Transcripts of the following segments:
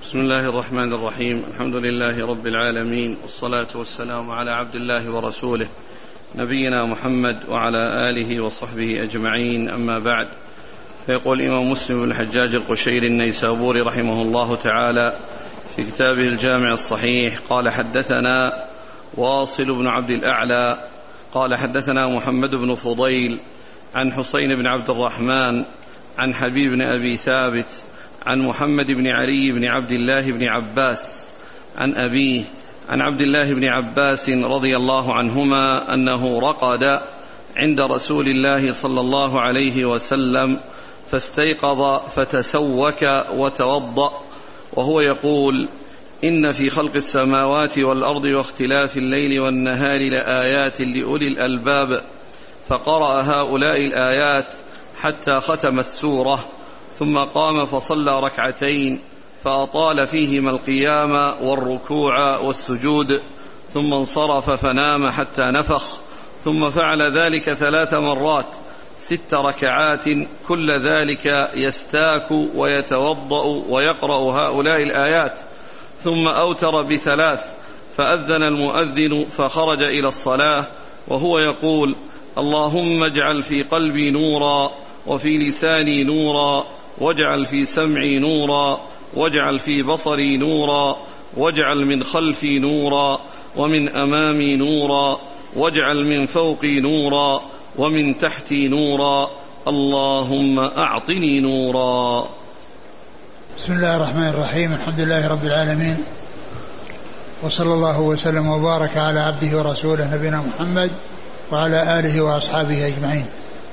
بسم الله الرحمن الرحيم. الحمد لله رب العالمين، والصلاة والسلام على عبد الله ورسوله نبينا محمد وعلى آله وصحبه أجمعين، أما بعد. فيقول الإمام مسلم بن الحجاج القشيري النيسابوري رحمه الله تعالى في كتابه الجامع الصحيح قال: حدثنا واصل بن عبد الأعلى قال حدثنا محمد بن فضيل عن حسين بن عبد الرحمن عن حبيب بن أبي ثابت عن محمد بن علي بن عبد الله بن عباس عن أبيه عن عبد الله بن عباس رضي الله عنهما أنه رقد عند رسول الله صلى الله عليه وسلم فاستيقظ فتسوك وتوضأ وهو يقول: إن في خلق السماوات والأرض واختلاف الليل والنهار لآيات لأولي الألباب، فقرأ هؤلاء الآيات حتى ختم السورة، ثم قام فصلى ركعتين فأطال فيهما القيام والركوع والسجود، ثم انصرف فنام حتى نفخ، ثم فعل ذلك 3 مرات 6 ركعات، كل ذلك يستاك ويتوضأ ويقرأ هؤلاء الآيات، ثم أوتر ب3 فأذن المؤذن فخرج إلى الصلاة وهو يقول: اللهم اجعل في قلبي نورا وفي لساني نورا واجعل في سمعي نورا واجعل في بصري نورا واجعل من خلفي نورا ومن أمامي نورا واجعل من فوقي نورا ومن تحتي نورا، اللهم أعطني نورا. بسم الله الرحمن الرحيم. الحمد لله رب العالمين، وصلى الله وسلم وبارك على عبده ورسوله نبينا محمد وعلى آله وأصحابه أجمعين.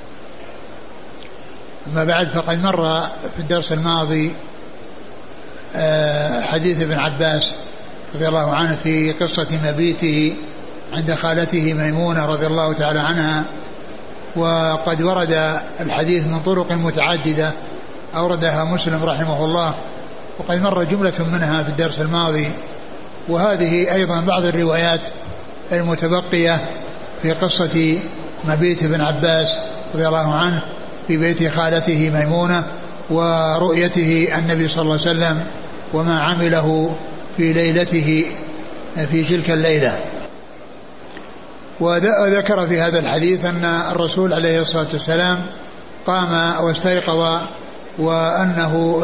أما بعد، فقد مر في الدرس الماضي حديث ابن عباس رضي الله عنه في قصة مبيته عند خالته ميمونة رضي الله تعالى عنها، وقد ورد الحديث من طرق متعددة أوردها مسلم رحمه الله، وقد مر جملة منها في الدرس الماضي، وهذه أيضا بعض الروايات المتبقية في قصة مبيت ابن عباس رضي الله عنه في بيت خالته ميمونة، ورؤيته النبي صلى الله عليه وسلم وما عمله في ليلته في تلك الليلة. وذكر في هذا الحديث أن الرسول عليه الصلاة والسلام قام واستيقظ، وأنه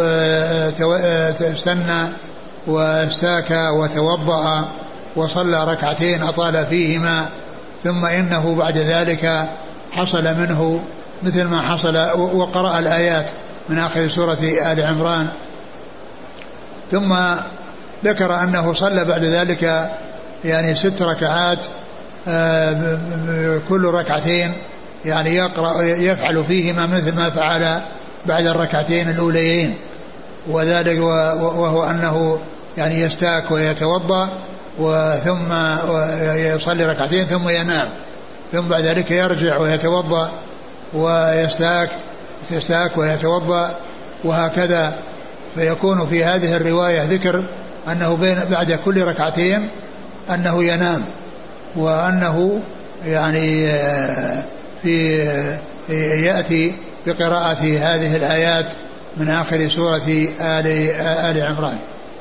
استنى واستاك وتوضأ وصلى ركعتين أطال فيهما، ثم إنه بعد ذلك حصل منه مثل ما حصل وقرأ الآيات من آخر سورة آل عمران، ثم ذكر أنه صلى بعد ذلك 6 ركعات، كل ركعتين يفعل فيهما مثل ما فعل بعد الركعتين الأوليين، وذلك وهو أنه يستاك ويتوضأ ثم يصلي ركعتين ثم ينام، ثم بعد ذلك يرجع ويتوضأ ويستاك ويتوضأ، وهكذا. فيكون في هذه الرواية ذكر أنه بعد كل ركعتين أنه ينام، وأنه يأتي بقراءة هذه الآيات من آخر سورة آل عمران،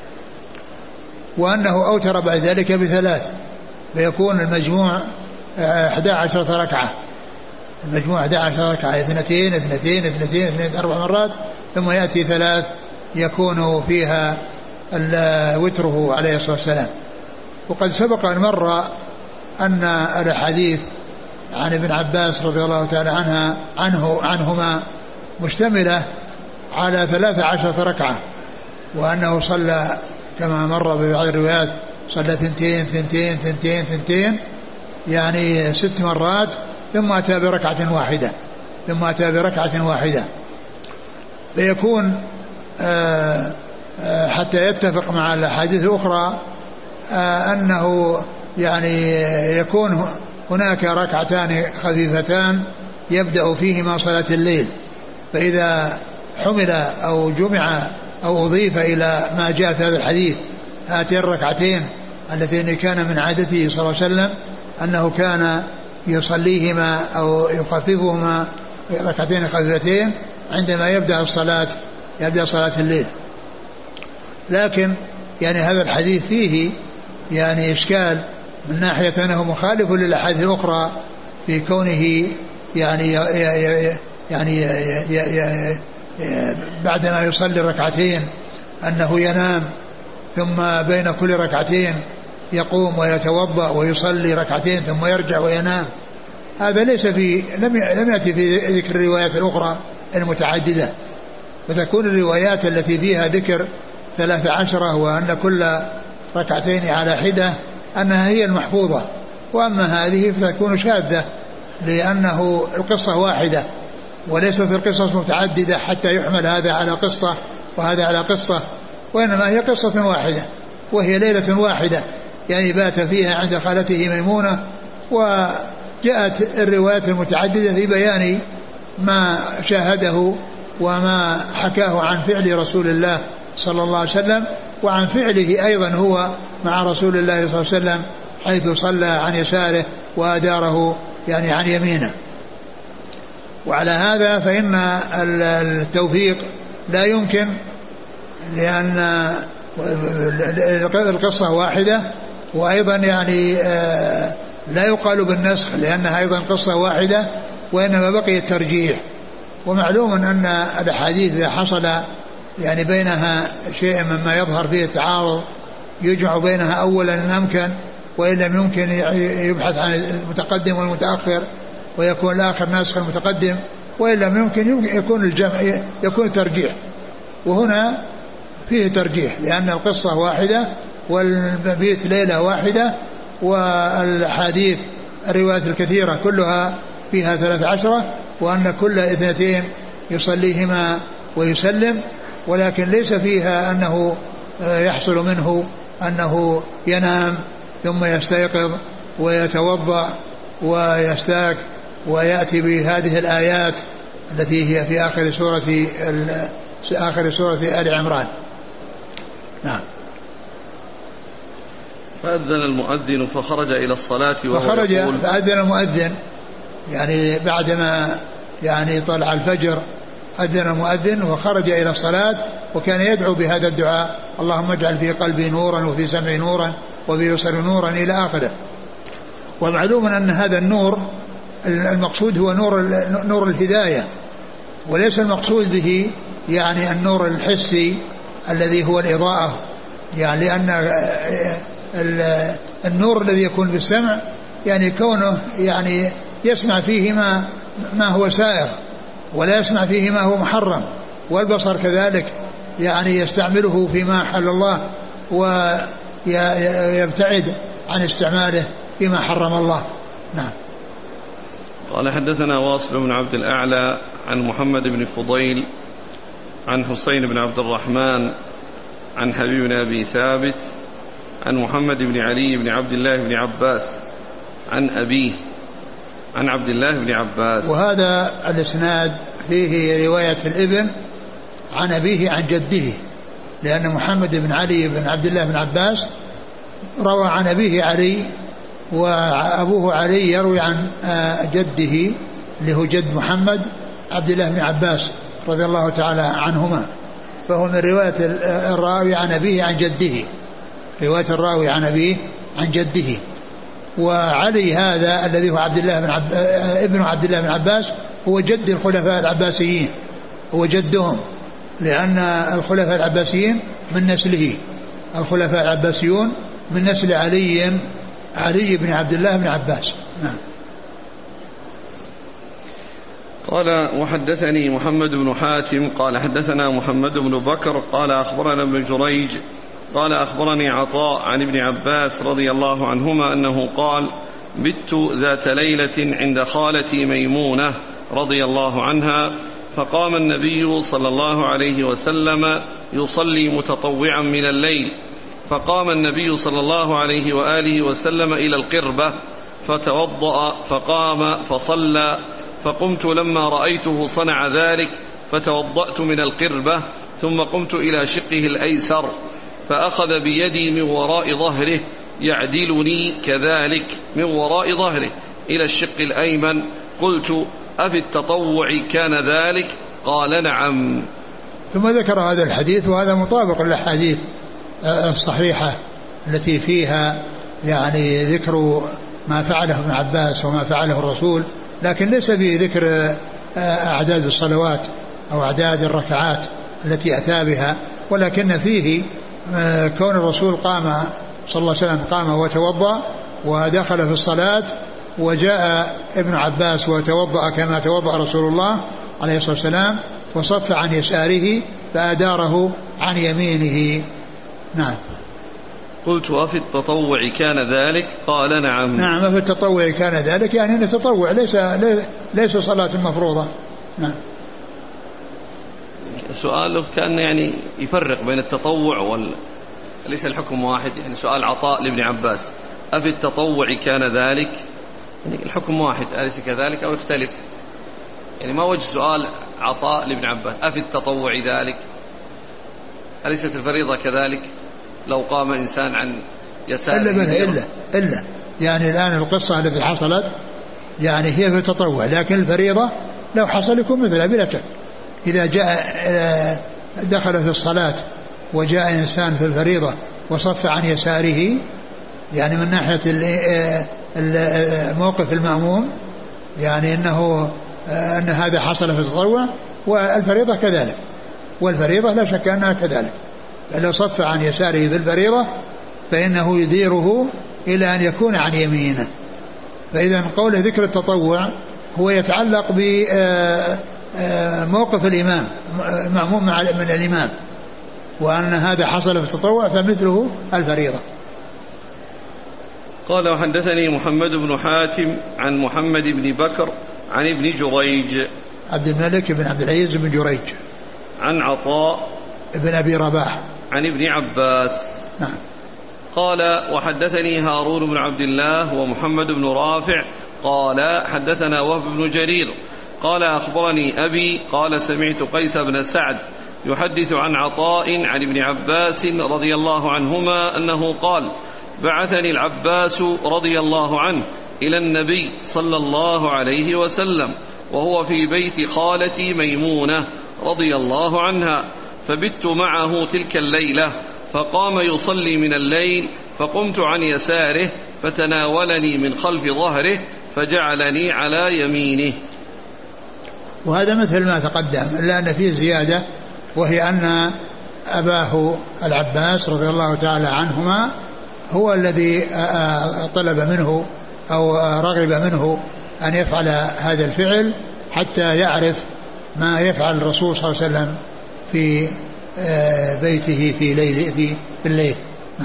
وأنه أوتر بعد ذلك ب3، فيكون المجموع 11 ركعة، المجموع 11 ركعة، 2 2 2 2 4 مرات، ثم يأتي 3 يكون فيها وتره عليه الصلاة والسلام. وقد سبق أن مر أن الحديث عن ابن عباس رضي الله تعالى عنهما مشتملة على 13 ركعة، وأنه صلى كما مر ببعض الروايات صلى 2 2 2 2 6 مرات، ثم أتى بركعة واحدة، فيكون حتى يتفق مع الأحاديث الأخرى أنه يكون هناك ركعتان خفيفتان يبدأ فيهما صلاة الليل، فإذا حمل أو جمع أو أضيف إلى ما جاء في هذا الحديث هاتين الركعتين اللتين كان من عادته صلى الله عليه وسلم أنه كان يصليهما أو يخففهما ركعتين خفيفتين عندما يبدأ صلاة الليل. لكن يعني هذا الحديث فيه يعني إشكال من ناحية أنه مخالف للأحاديث الأخرى في كونه يعني بعدما يصلي ركعتين أنه ينام ثم بين كل ركعتين يقوم ويتوضأ ويصلي ركعتين ثم يرجع وينام. هذا ليس لم يأتي في ذكر الروايات الأخرى المتعددة، فتكون الروايات التي فيها ذكر 13 وأن كل ركعتين على حدة أنها هي المحفوظة، وأما هذه فتكون شاذة لأنه القصة واحدة وليست القصص متعددة حتى يحمل هذا على قصة وهذا على قصة، وإنما هي قصة واحدة وهي ليلة واحدة يعني بات فيها عند خالته ميمونة. وجاءت الروايات المتعددة في بيان ما شاهده وما حكاه عن فعل رسول الله صلى الله عليه وسلم وعن فعله أيضا هو مع رسول الله صلى الله عليه وسلم حيث صلى عن يساره وأداره يعني عن يمينه. وعلى هذا فإن التوفيق لا يمكن، لأن القصة واحدة، وأيضا يعني لا يقال بالنسخ لأنها أيضا قصة واحدة وإنما بقي الترجيح. ومعلوم أن الأحاديث إذا حصل يعني بينها شيء مما يظهر فيه التعارض يجمع بينها أولا إن أمكن، وإن لم يمكن يبحث عن المتقدم والمتأخر ويكون الآخر ناسخ المتقدم، وإن لم يمكن يكون الجمع يكون ترجيح. وهنا فيه ترجيح لأن القصة واحدة والمبيت ليلة واحدة، والحديث الروايات الكثيرة كلها فيها 13 وأن كل 2 يصليهما ويسلم، ولكن ليس فيها أنه يحصل منه أنه ينام ثم يستيقظ ويتوضأ ويستاك ويأتي بهذه الآيات التي هي في آخر سورة آل عمران. نعم. فأذن المؤذن فخرج إلى الصلاة فأذن المؤذن يعني بعدما يعني طلع الفجر أذن المؤذن وخرج إلى الصلاة، وكان يدعو بهذا الدعاء: اللهم اجعل في قلبي نورا وفي سمعي نورا وفي بصري نورا إلى آخره. ومعلوم أن هذا النور المقصود هو نور الهداية، وليس المقصود به يعني النور الحسي الذي هو الإضاءة، يعني لأن النور الذي يكون بالسمع يعني كونه يعني يسمع فيه ما هو سائغ ولا يسمع فيه ما هو محرم، والبصر كذلك يعني يستعمله فيما حل الله ويبتعد عن استعماله فيما حرم الله. نعم. قال حدثنا واصل بن عبد الأعلى عن محمد بن فضيل عن حسين بن عبد الرحمن عن حبيب بن أبي ثابت عن محمد بن علي بن عبد الله بن عباس عن أبيه عن عبد الله بن عباس. وهذا الإسناد فيه رواية الابن عن أبيه عن جده، لأن محمد بن علي بن عبد الله بن عباس روى عن أبيه علي، وأبوه علي يروي عن جده اللي هو جد محمد عبد الله بن عباس رضي الله تعالى عنهما، فهو من رواية الراوي عن أبيه عن جده، رواية الراوي عن أبيه عن جده. وعلي هذا الذي هو ابن عبد الله بن عباس هو جد الخلفاء العباسيين، هو جدهم، لأن الخلفاء العباسيين من نسله، الخلفاء العباسيون من نسل علي بن عبد الله بن عباس. نعم. قال وحدثني محمد بن حاتم قال حدثنا محمد بن بكر قال أخبرنا ابن جريج قال أخبرني عطاء عن ابن عباس رضي الله عنهما أنه قال: بت ذات ليلة عند خالتي ميمونة رضي الله عنها، فقام النبي صلى الله عليه وسلم يصلي متطوعا من الليل، فقام النبي صلى الله عليه وآله وسلم إلى القربة فتوضأ فقام فصلى، فقمت لما رأيته صنع ذلك فتوضأت من القربة، ثم قمت إلى شقه الأيسر فأخذ بيدي من وراء ظهره يعدلني كذلك من وراء ظهره إلى الشق الأيمن. قلت: أفي التطوع كان ذلك؟ قال: نعم. ثم ذكر هذا الحديث، وهذا مطابق للحديث الصحيحة التي فيها يعني ذكر ما فعله ابن عباس وما فعله الرسول، لكن ليس فيه ذكر أعداد الصلوات أو أعداد الركعات التي أتى بها، ولكن فيه كون الرسول قام صلى الله عليه وسلم قام وتوضأ ودخل في الصلاة، وجاء ابن عباس وتوضأ كما توضأ رسول الله عليه الصلاة والسلام وصف عن يساره فأداره عن يمينه. نعم. قلت وفي التطوع كان ذلك؟ قال نعم. نعم في التطوع كان ذلك، يعني أن التطوع ليس صلاة مفروضة. نعم. سؤاله كان يعني يفرق بين التطوع ليس الحكم واحد، يعني سؤال عطاء لابن عباس أفي التطوع كان ذلك، يعني الحكم واحد أليس كذلك أو يختلف؟ يعني ما وجه سؤال عطاء لابن عباس أفي التطوع ذلك، أليست الفريضة كذلك لو قام إنسان عن يساره؟ إلا يعني الآن القصة التي حصلت يعني هي في التطوع، لكن الفريضة لو حصل يكون مثلها بلا شك. إذا جاء دخل في الصلاة وجاء إنسان في الفريضة وصف عن يساره، يعني من ناحية موقف المأموم، يعني أن هذا حصل في التطوع، والفريضة كذلك، والفريضة لا شك أنها كذلك. لو صف عن يساره في الفريضة فإنه يديره إلى أن يكون عن يمينه. فإذا قول ذكر التطوع هو يتعلق بموقف الإمام مأموم من الإمام، وأن هذا حصل في التطوع فمثله الفريضة. قال وحدثني محمد بن حاتم عن محمد بن بكر عن ابن جريج عبد الملك بن عبد العزيز بن جريج عن عطاء ابن أبي رباح عن ابن عباس. نعم. قال وحدثني هارون بن عبد الله ومحمد بن رافع قال حدثنا وهب بن جرير قال أخبرني أبي قال سمعت قيس بن سعد يحدث عن عطاء عن ابن عباس رضي الله عنهما أنه قال بعثني العباس رضي الله عنه إلى النبي صلى الله عليه وسلم وهو في بيت خالتي ميمونة رضي الله عنها، فبت معه تلك الليلة، فقام يصلي من الليل، فقمت عن يساره فتناولني من خلف ظهره فجعلني على يمينه. وهذا مثل ما تقدم، إلا أن فيه زيادة، وهي أن أباه العباس رضي الله تعالى عنهما هو الذي طلب منه أو رغب منه أن يفعل هذا الفعل حتى يعرف ما يفعل الرسول صلى الله عليه وسلم في بيته في الليل.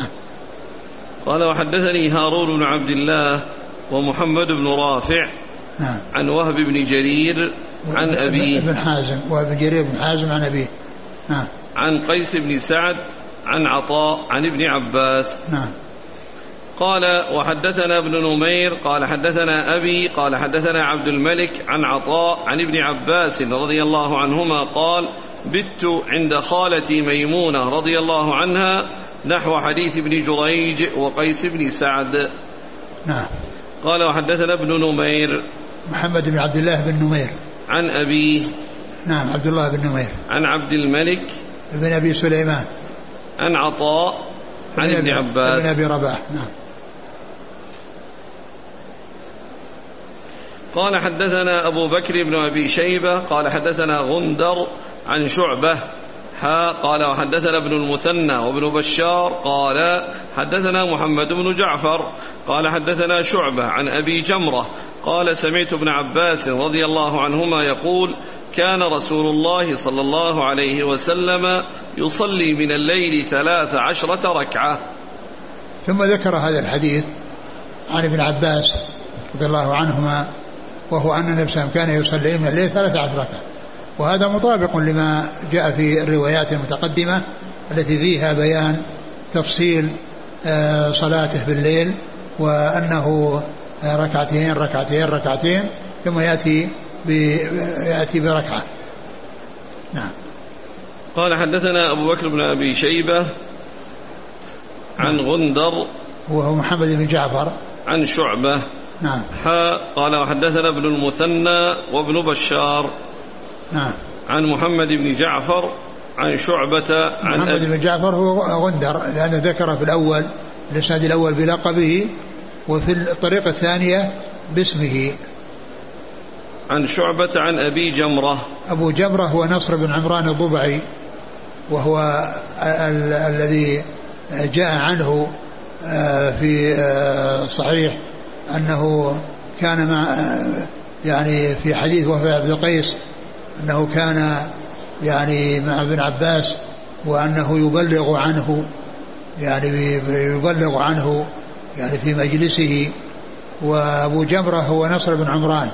قال وحدثني هارون بن عبد الله ومحمد بن رافع عن وهب بن جرير عن أبيه بن حازم، وابن جرير بن حازم عن أبيه عن قيس بن سعد عن عطاء عن ابن عباس. قال وحدثنا ابن نمير قال حدثنا أبي قال حدثنا عبد الملك عن عطاء عن ابن عباس رضي الله عنهما قال بت عند خالتي ميمونة رضي الله عنها نحو حديث ابن جريج وقيس بن سعد. قال وحدثنا ابن نمير محمد بن عبد الله بن نمير عن أبيه عبد الله بن نمير عن عبد الملك بن أبي سليمان عن عطاء عن ابن عباس بن أبي رباح. قال حدثنا أبو بكر بن أبي شيبة قال حدثنا غندر عن شعبة قال وحدثنا ابن المثنى وابن بشار قال حدثنا محمد بن جعفر قال حدثنا شعبة عن أبي جمرة قال سمعت ابن عباس رضي الله عنهما يقول كان رسول الله صلى الله عليه وسلم يصلي من الليل 13 ركعة. ثم ذكر هذا الحديث عن ابن عباس رضي الله عنهما، وهو أن النبي صلى الله عليه وسلم كان يصلي من الليل 13 ركعة، وهذا مطابق لما جاء في الروايات المتقدمة التي فيها بيان تفصيل صلاته بالليل، وأنه ركعتين ثم يأتي بركعة. قال حدثنا أبو بكر بن أبي شيبة عن غندر وهو محمد بن جعفر عن شعبة قال وحدثنا ابن المثنى وابن بشار عن محمد بن جعفر عن شعبة عن محمد بن جعفر هو غندر لأنه ذكره في الأول الإسناد الأول بلقبه وفي الطريقة الثانية باسمه. عن شعبة عن أبي جمرة. أبو جمرة هو نصر بن عمران الضبعي وهو الذي جاء عنه في صحيح أنه كان مع يعني في حديث وفاء عبد القيس أنه كان يعني مع ابن عباس وأنه يبلغ عنه يعني في مجلسه. وأبو جمرة هو نصر بن عمران.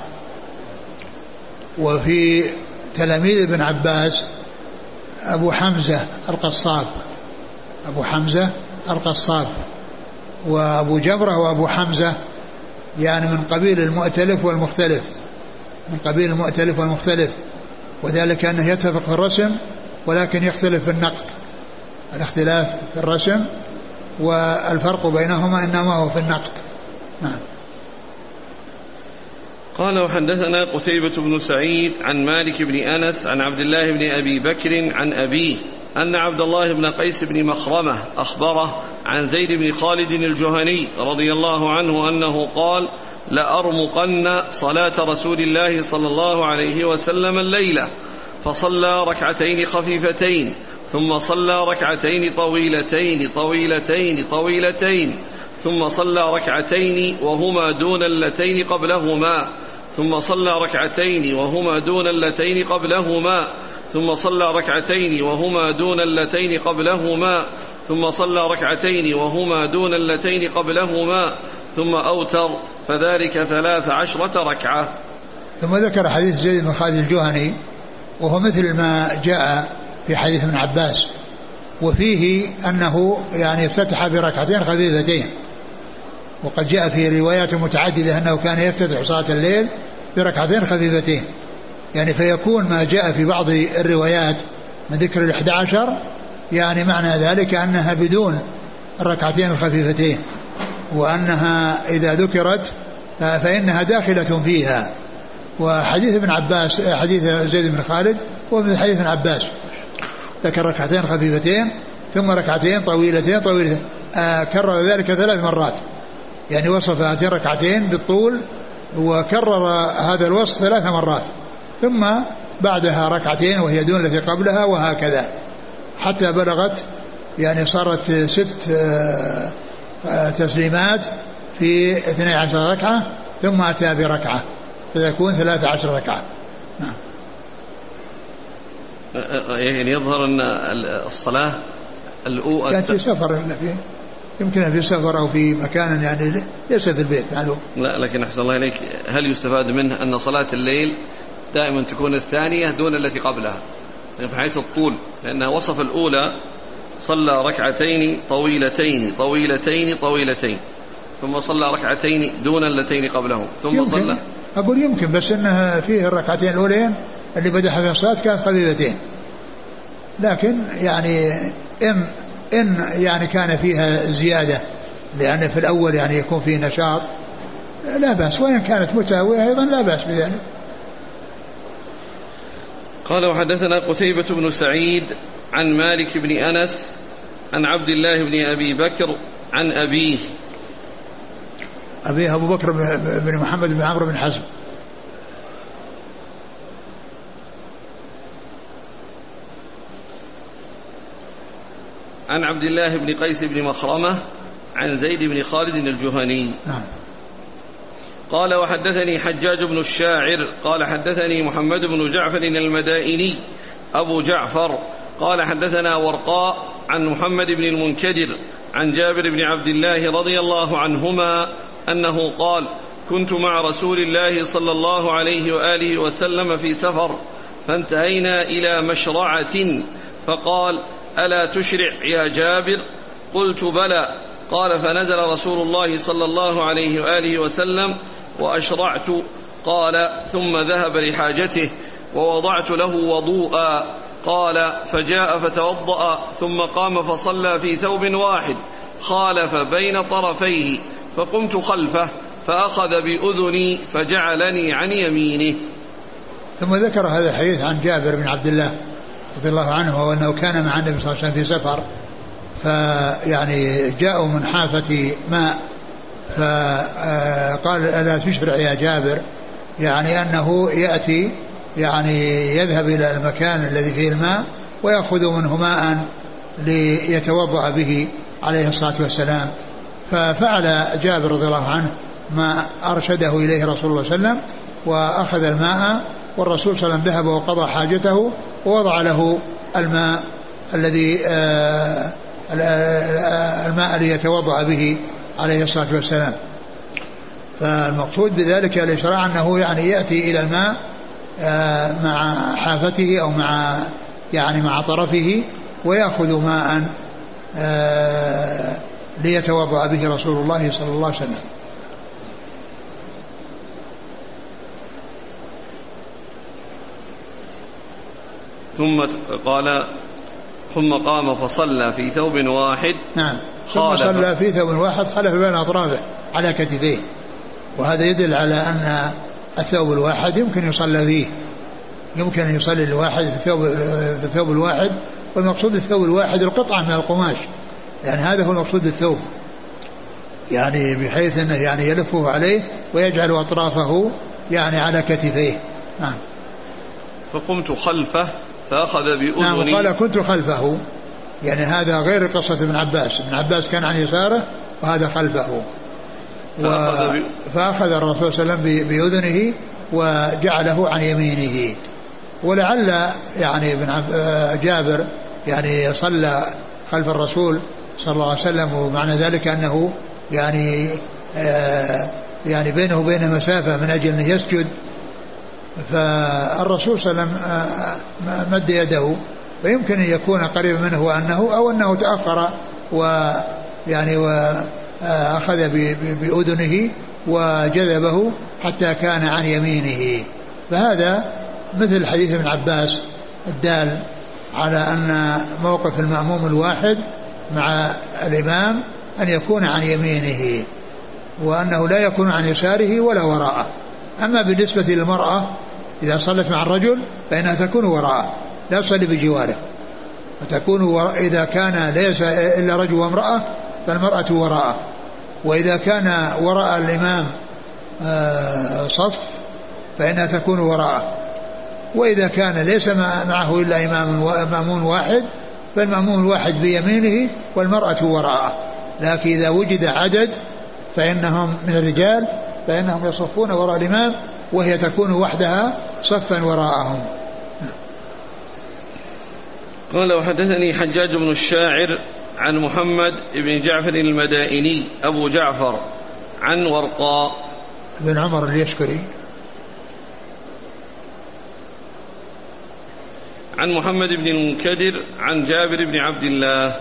وفي تلاميذ ابن عباس أبو حمزة القصاب وأبو جمرة وأبو حمزة يعني من قبيل المؤتلف والمختلف وذلك أنه يتفق في الرسم ولكن يختلف في النقد. الاختلاف في الرسم والفرق بينهما إنما هو في النقد. نعم. قال وحدثنا قتيبة بن سعيد عن مالك بن أنس عن عبد الله بن أبي بكر عن أبيه أن عبد الله بن قيس بن مخرمة أخبره عن زيد بن خالد الجهني رضي الله عنه أنه قال لأرمقن صلاة رسول الله صلى الله عليه وسلم الليلة فصلى ركعتين خفيفتين ثم صلى ركعتين طويلتين ثم صلى ركعتين وهما دون اللتين قبلهما ثم صلى ركعتين وهما دون اللتين قبلهما ثم صلى ركعتين وهما دون اللتين قبلهما ثم صلى ركعتين وهما دون اللتين قبلهما ثم أوتر فذلك 13 ركعة. ثم ذكر حديث زيد بن خالد الجهني وهو مثل ما جاء في حديث ابن عباس وفيه أنه يعني افتتح بركعتين خفيفتين وقد جاء في روايات متعددة أنه كان يفتتح صلاة الليل بركعتين خفيفتين يعني فيكون ما جاء في بعض الروايات من ذكر 11 يعني معنى ذلك أنها بدون الركعتين الخفيفتين وأنها إذا ذكرت فإنها داخلة فيها. وحديث ابن عباس حديث زيد بن خالد ومن حديث ابن عباس ذكر ركعتين خفيفتين ثم ركعتين طويلتين كرر ذلك 3 مرات يعني وصف هاتين ركعتين بالطول وكرر هذا الوصف 3 مرات ثم بعدها ركعتين وهي دون التي قبلها وهكذا حتى بلغت يعني صارت 6 تسليمات في 12 ركعة ثم أتى بركعة فيكون 13 ركعة. نعم. يعني يظهر أن الصلاة الأولى كانت في سفر يمكن في سفر أو في مكان يعني ليس في البيت عنه. لا لكن أحسن الله إليك هل يستفاد منه أن صلاة الليل دائما تكون الثانية دون التي قبلها في حيث الطول لأنها وصف الأولى صلى ركعتين طويلتين ثم صلى ركعتين دون اللتين قبله ثم صلى أقول يمكن بس أنها فيه الركعتين الأولين اللي بدأ فيها الصلاة كانت خفيفتين لكن يعني إن يعني كان فيها زيادة لأن في الأول يعني يكون فيه نشاط لا بأس وإن كانت متساوية أيضا لا بأس بذلك. قال وحدثنا قتيبة بن سعيد عن مالك بن أنس عن عبد الله بن أبي بكر عن أبيه أبو بكر بن محمد بن عمرو بن حزم عن عبد الله بن قيس بن مخرمة عن زيد بن خالد الجهني. نعم. قال وحدثني حجاج بن الشاعر قال حدثني محمد بن جعفر المدائني أبو جعفر قال حدثنا ورقاء عن محمد بن المنكدر عن جابر بن عبد الله رضي الله عنهما أنه قال كنت مع رسول الله صلى الله عليه وآله وسلم في سفر فانتهينا إلى مشرعة فقال ألا تشرع يا جابر قلت بلى قال فنزل رسول الله صلى الله عليه وآله وسلم وأشرعت قال ثم ذهب لحاجته ووضعت له وضوءا قال فجاء فتوضأ ثم قام فصلى في ثوب واحد خالف بين طرفيه فقمت خلفه فأخذ بأذني فجعلني عن يمينه. ثم ذكر هذا الحديث عن جابر بن عبد الله رضي الله عنه، وهو أنه كان مع النبي صلى الله عليه وسلم في سفر، فيعني جاءوا من حافة ماء، فقال ألا تشبع يا جابر، يعني أنه يأتي يعني يذهب إلى المكان الذي فيه الماء ويأخذ منه ماء ليتوضأ به عليه الصلاة والسلام. ففعل جابر رضي الله عنه ما أرشده إليه رسول الله صلى الله عليه وسلم، وأخذ الماء، والرسول صلى الله عليه وسلم ذهب وقضى حاجته ووضع له الماء الذي الماء ليتوضأ به عليه الصلاة والسلام. فالمقصود بذلك الإشراع أنه يعني يأتي إلى الماء مع حافته أو مع طرفه، ويأخذ ماء ليتوضأ به رسول الله صلى الله عليه وسلم. ثم قام فصلى في ثوب واحد. نعم، ثم صلى في ثوب واحد خلف بين أطرافه على كتفيه، وهذا يدل على أن الثوب الواحد يمكن يصلى فيه، يمكن أن يصلي الواحد في الثوب الواحد، والمقصود بالثوب الواحد القطعة من القماش، يعني هذا هو المقصود بالثوب، يعني بحيث أنه يعني يلفه عليه ويجعل أطرافه يعني على كتفيه. نعم. فقمت خلفه فأخذ بأذني. نعم، وقال كنت خلفه، يعني هذا غير قصة ابن عباس. ابن عباس كان عن يساره وهذا خلفه. فأخذ الرسول صلى الله عليه وسلم بأذنه وجعله عن يمينه. ولعل يعني ابن جابر يعني صلى خلف الرسول صلى الله عليه وسلم، ومعنى ذلك أنه يعني بينه وبين مسافة من أجل أن يسجد، فالرسول صلى الله عليه وسلم مد يده، ويمكن أن يكون قريب منه أو أنه تأخر ويعني وأخذ بأذنه وجذبه حتى كان عن يمينه. فهذا مثل حديث ابن عباس الدال على أن موقف المأموم الواحد مع الإمام أن يكون عن يمينه، وأنه لا يكون عن يساره ولا وراءه. أما بالنسبة للمرأة إذا صلت مع الرجل فإنها تكون وراءه، لا تصلي بجواره، فتكون إذا كان ليس إلا رجل وامرأة فالمرأة وراءه، وإذا كان وراء الإمام صف فإنها تكون وراءه، وإذا كان ليس معه إلا مأمون واحد فالمأمون الواحد بيمينه والمرأة وراءه. لكن إذا وجد عدد فإنهم من الرجال فإنهم يصفون وراء الإمام، وهي تكون وحدها صفا وراءهم. قال وحدثني حجاج بن الشاعر عن محمد بن جعفر المدائني أبو جعفر عن ورقاء بن عمر اليشكري عن محمد بن المنكدر عن جابر بن عبد الله.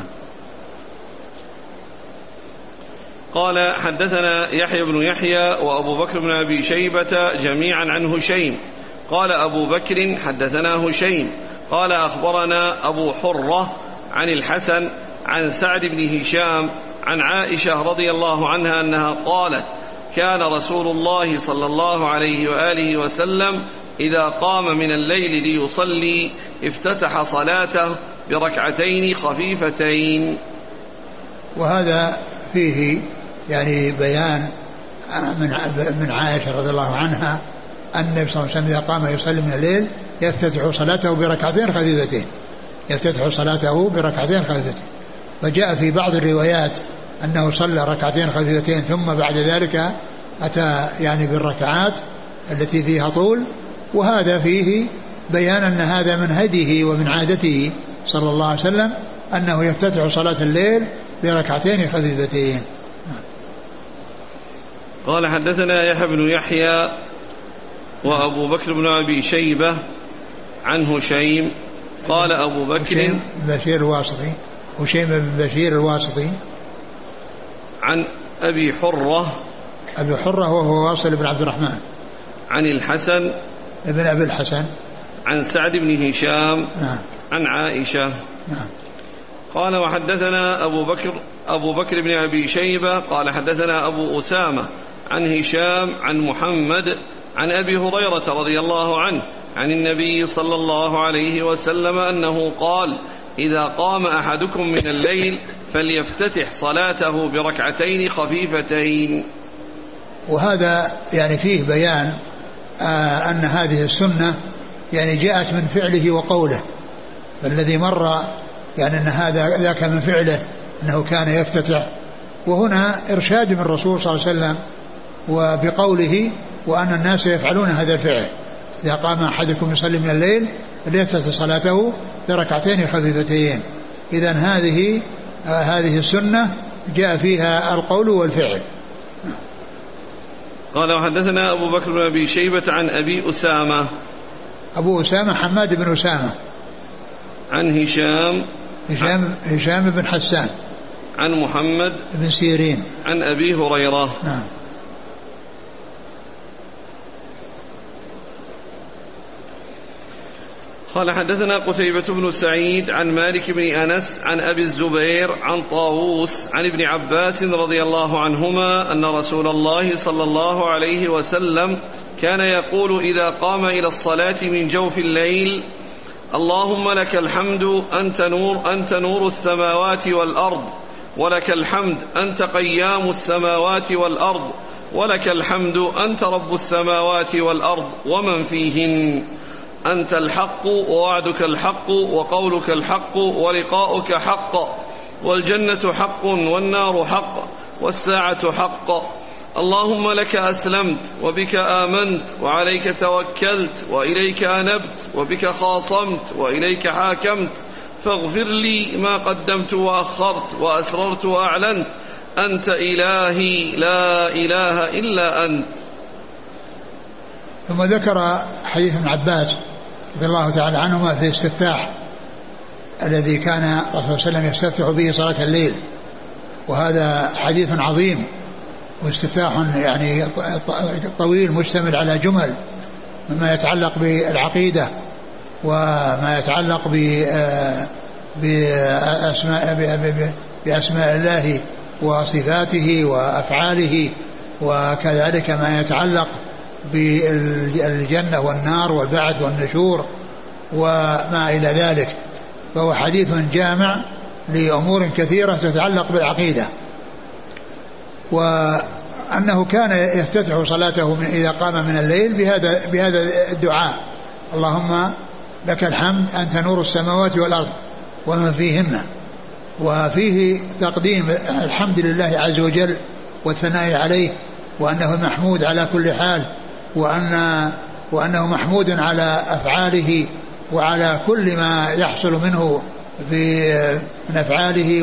قال حدثنا يحيى بن يحيى وأبو بكر بن أبي شيبة جميعا عن هشيم. قال أبو بكر حدثنا هشيم قال أخبرنا أبو حرة عن الحسن عن سعد بن هشام عن عائشة رضي الله عنها أنها قالت كان رسول الله صلى الله عليه وآله وسلم إذا قام من الليل ليصلي افتتح صلاته بركعتين خفيفتين. وهذا فيه يعني بيان من عائشة رضي الله عنها أن النبي صلى الله عليه وسلم إذا قام يصلي من الليل يفتتح صلاته بركعتين خفيفتين، يفتتح صلاته بركعتين خفيفتين. فجاء في بعض الروايات أنه صلى ركعتين خفيفتين ثم بعد ذلك أتى يعني بالركعات التي فيها طول، وهذا فيه بيان أن هذا من هديه ومن عادته صلى الله عليه وسلم أنه يفتتح صلاة الليل بركعتين خفيفتين. قال حدثنا يحيى بن يحيى وأبو بكر بن أبي شيبة عن هشيم قال أبو بكر بشير الواسطي هشيم بن بشير الواسطي عن أبي حرة وهو واصل بن عبد الرحمن عن الحسن ابن أبي الحسن عن سعد بن هشام عن عائشة. قال وحدثنا أبو بكر بن أبي شيبة قال حدثنا أبو أسامة عن هشام عن محمد عن أبي هريرة رضي الله عنه عن النبي صلى الله عليه وسلم أنه قال: إذا قام أحدكم من الليل فليفتتح صلاته بركعتين خفيفتين. وهذا يعني فيه بيان أن هذه السنة يعني جاءت من فعله وقوله، فالذي مر يعني أن هذا ذاك من فعله أنه كان يفتتح، وهنا إرشاد من الرسول صلى الله عليه وسلم وبقوله وأن الناس يفعلون هذا الفعل: إذا قام أحدكم يصلي من الليل فليفتتح صلاته بركعتين خفيفتين. إذن هذه السنة جاء فيها القول والفعل. قال: وحدثنا أبو بكر بن أبي شيبة عن أبي أسامة. أبو أسامة حماد بن أسامة. عن هشام بن حسان. عن محمد بن سيرين. عن أبي هريرة. نعم. قال: حدثنا قتيبة بن سعيد عن مالك بن أنس عن أبي الزبير عن طاووس عن ابن عباس رضي الله عنهما أن رسول الله صلى الله عليه وسلم كان يقول إذا قام إلى الصلاة من جوف الليل: اللهم لك الحمد أنت نور السماوات والأرض، ولك الحمد أنت قيام السماوات والأرض، ولك الحمد أنت رب السماوات والأرض ومن فيهن، أنت الحق ووعدك الحق وقولك الحق ولقاؤك حق، والجنة حق والنار حق والساعة حق. اللهم لك أسلمت وبك آمنت وعليك توكلت وإليك أنبت وبك خاصمت وإليك حاكمت، فاغفر لي ما قدمت وأخرت وأسررت وأعلنت، أنت إلهي لا إله إلا أنت. ثم ذكر حديث ابن عباس رضي الله تعالى عنهما في الاستفتاح الذي كان الرسول صلى الله عليه وسلم يستفتح به صلاة الليل، وهذا حديث عظيم واستفتاح يعني طويل مشتمل على جمل مما يتعلق بالعقيدة وما يتعلق بأسماء الله وصفاته وأفعاله، وكذلك ما يتعلق بالجنة والنار والبعث والنشور وما إلى ذلك. فهو حديث جامع لأمور كثيرة تتعلق بالعقيدة، وأنه كان يفتتح صلاته إذا قام من الليل بهذا الدعاء: اللهم لك الحمد أنت نور السماوات والأرض ومن فيهن. وفيه تقديم الحمد لله عز وجل والثناء عليه، وأنه محمود على كل حال، وأنه محمود على أفعاله وعلى كل ما يحصل منه من أفعاله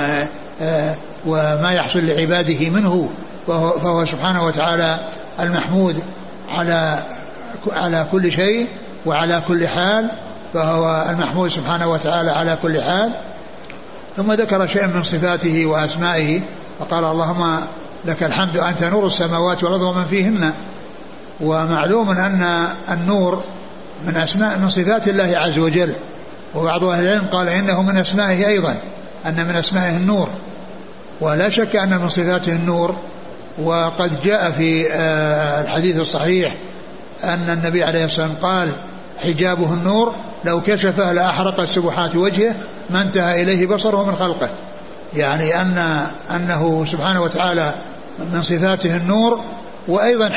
وما يحصل لعباده منه، فهو سبحانه وتعالى المحمود على كل شيء وعلى كل حال، فهو المحمود سبحانه وتعالى على كل حال. ثم ذكر شيئا من صفاته وأسمائه فقال: اللهم لك الحمد أنت نور السماوات والأرض ومن فيهن. ومعلوم أن النور من صفات الله عز وجل، وبعض أهل العلم قال إنه من أسمائه أيضا، أن من أسمائه النور، ولا شك أن من صفاته النور. وقد جاء في الحديث الصحيح أن النبي عليه الصلاة والسلام قال: حجابه النور لو كشفه لأحرقت سبحات وجهه ما انتهى إليه بصره من خلقه. يعني أنه سبحانه وتعالى من صفاته النور، وأيضا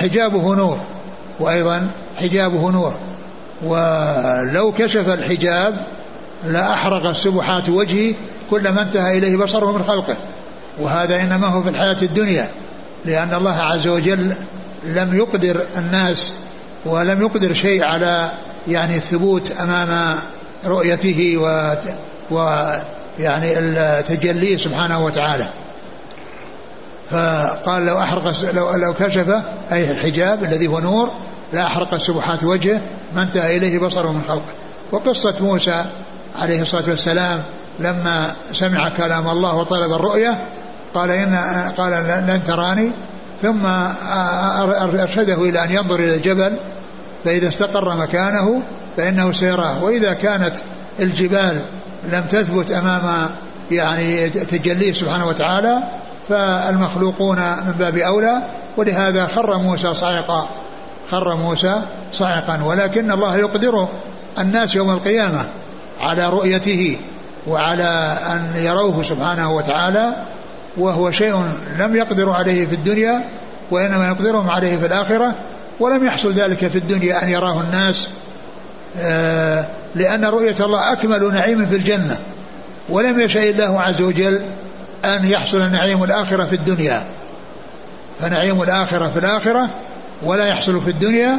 حجابه نور، ولو كشف الحجاب لأحرق سبحات وجهه كلما انتهى إليه بصره من خلقه. وهذا إنما هو في الحياة الدنيا، لأن الله عز وجل لم يقدر الناس ولم يقدر شيء على يعني الثبوت أمام رؤيته ويعني التجلي سبحانه وتعالى. فقال لو كشف أي الحجاب الذي هو نور لا أحرق سبحات وجهه ما انتهى إليه بصره من خلقه. وقصة موسى عليه الصلاة والسلام لما سمع كلام الله وطلب الرؤية قال لن تراني، ثم أرشده إلى أن ينظر إلى الجبل فإذا استقر مكانه فإنه سيراه، وإذا كانت الجبال لم تثبت أمام يعني تجليه سبحانه وتعالى فالمخلوقون من باب أولى. ولهذا خر موسى صاعقا خر موسى صاعقا، ولكن الله يقدر الناس يوم القيامة على رؤيته وعلى أن يروه سبحانه وتعالى، وهو شيء لم يقدروا عليه في الدنيا وإنما يقدرهم عليه في الآخرة. ولم يحصل ذلك في الدنيا أن يراه الناس، لأن رؤية الله أكمل نعيم في الجنة، ولم يشاء الله عز وجل أن يحصل نعيم الآخرة في الدنيا، فنعيم الآخرة في الآخرة ولا يحصل في الدنيا،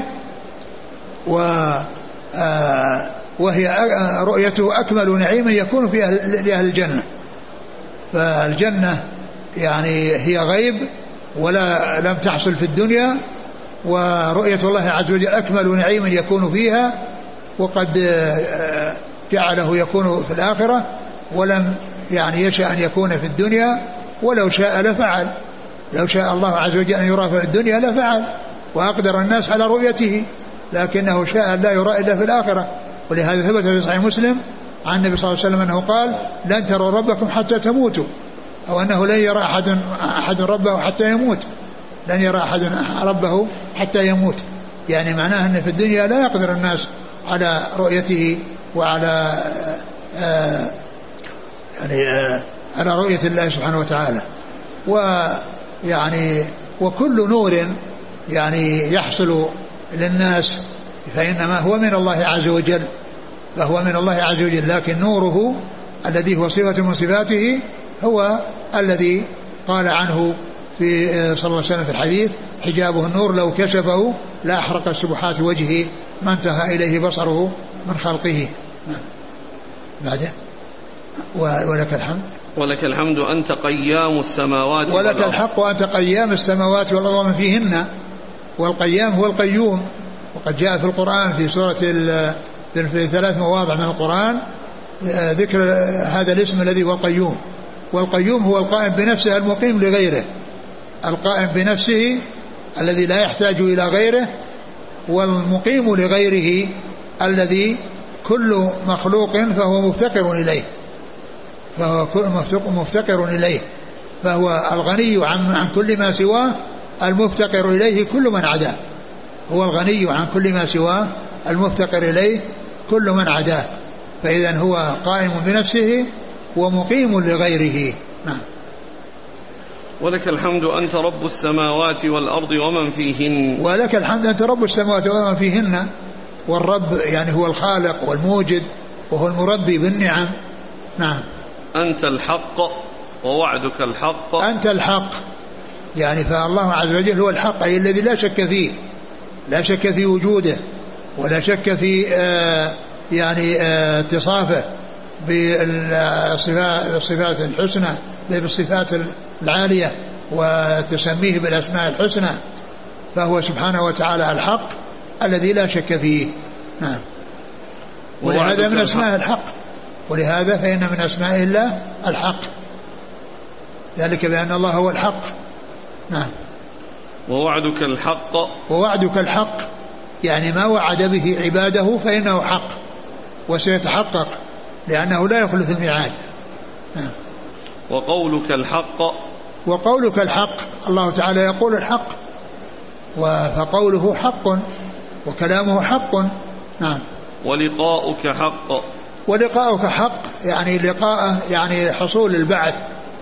وهي رؤيته أكمل نعيم يكون في لأهل الجنة. فالجنة يعني هي غيب ولا لم تحصل في الدنيا، ورؤية الله عز وجل أكمل نعيم يكون فيها، وقد جعله يكون في الآخرة، ولم يعني يشاء أن يكون في الدنيا، ولو شاء لفعل. لو شاء الله عز وجل أن يرى في الدنيا لفعل وأقدر الناس على رؤيته، لكنه شاء لا يرى إلا في الآخرة. ولهذا ثبت في صحيح مسلم عن النبي صلى الله عليه وسلم أنه قال: لن تروا ربكم حتى تموتوا، أو أنه لن يرى أحد ربه حتى يموت، لن يرى أحد ربه حتى يموت. يعني معناه أن في الدنيا لا يقدر الناس على رؤيته وعلى على رؤية الله سبحانه وتعالى. ويعني وكل نور يعني يحصل للناس فإنما هو من الله عز وجل، فهو من الله عز وجل، لكن نوره الذي هو صفة من صفاته هو الذي قال عنه في صلى الله عليه وسلم في الحديث: حجابه النور لو كشفه لا أحرق سبحات وجهه ما انتهى إليه بصره من خلقه. بعده ولك الحمد. ولك الحمد أنت قيام السماوات والأرض. ولك الحق وأنت قيام السماوات والأرض ومن فيهن. والقيام هو القيوم، وقد جاء في القرآن في سورة في 3 مواضع من القرآن ذكر هذا الاسم الذي هو القيوم. والقيوم هو القائم بنفسه المقيم لغيره، القائم بنفسه الذي لا يحتاج إلى غيره، والمقيم لغيره الذي كل مخلوق فهو مفتقر إليه، فهو الغني عن كل ما سواه، المفتقر إليه كل من عداه. هو الغني عن كل ما سواه، المفتقر إليه كل من عداه. فإذن هو قائم بنفسه ومقيم لغيره. نعم. ولك الحمد أنت رب السماوات والأرض ومن فيهن. ولك الحمد أنت رب السماوات ومن فيهن. والرب يعني هو الخالق والموجد وهو المربي بالنعم. نعم. أنت الحق ووعدك الحق. أنت الحق يعني فالله عز وجل هو الحق، أي الذي لا شك فيه، لا شك في وجوده ولا شك في اتصافه بالصفات الحسنى، بالصفات العالية، وتسميه بالأسماء الحسنى. فهو سبحانه وتعالى الحق الذي لا شك فيه. نعم. ولهذا من أسماء الحق، ولهذا فإن من أسماء الله الحق، ذلك بأن الله هو الحق. نعم. ووعدك الحق. ووعدك الحق يعني ما وعد به عباده فإنه حق وسيتحقق، لأنه لا يخلف الميعاد. نعم. وقولك الحق. وقولك الحق، الله تعالى يقول الحق، فقوله حق وكلامه حق. نعم. ولقاؤك حق. ولقاؤك حق يعني لقاءه يعني حصول البعث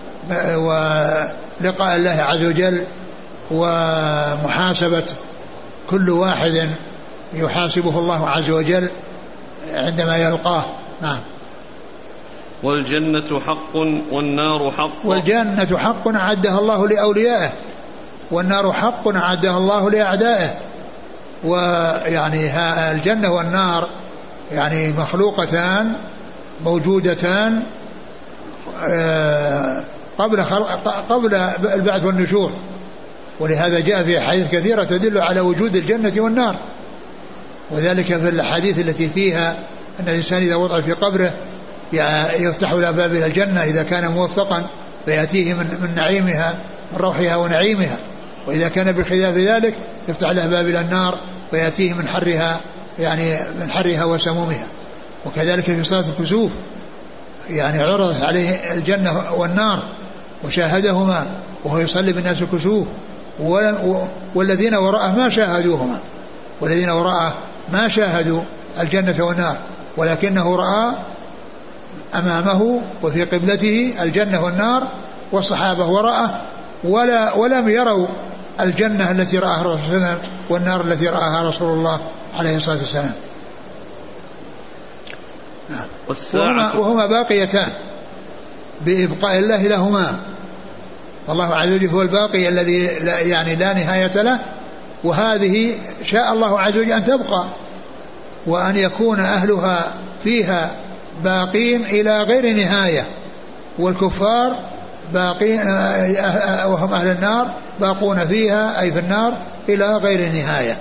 ولقاء الله عز وجل ومحاسبة كل واحد يحاسبه الله عز وجل عندما يلقاه. نعم. والجنة حق والنار حق. والجنة حق أعدها الله لأوليائه، والنار حق أعدها الله لأعدائه. ويعني الجنة والنار يعني مخلوقتان موجودتان قبل البعث والنشور، ولهذا جاء في أحاديث كثيرة تدل على وجود الجنة والنار، وذلك في الحديث التي فيها أن الإنسان إذا وضع في قبره يفتح له باب إلى الجنة إذا كان موفقا فيأتيه من نعيمها، من روحها ونعيمها، وإذا كان بخلاف ذلك يفتح له باب إلى النار فيأتيه من حرها، يعني من حرها وسمومها. وكذلك في صلاة الكسوف يعني عرضت عليه الجنة والنار وشاهدهما وهو يصلي بالناس الكسوف، والذين وراءه ما شاهدوهما، والذين وراءه ما شاهدوا الجنة والنار، ولكنه رأى أمامه وفي قبلته الجنة والنار، والصحابة وراءه ولم يروا الجنة التي رآها رسول الله صلى الله عليه وسلم والنار التي رآها رسول الله عليه الصلاة والسلام. وهما باقيتان بإبقاء الله لهما، والله عز وجل هو الباقي الذي يعني لا نهاية له، وهذه شاء الله عز وجل أن تبقى وأن يكون أهلها فيها باقين إلى غير نهاية، والكفار باقين وهم أهل النار باقون فيها أي في النار إلى غير نهاية.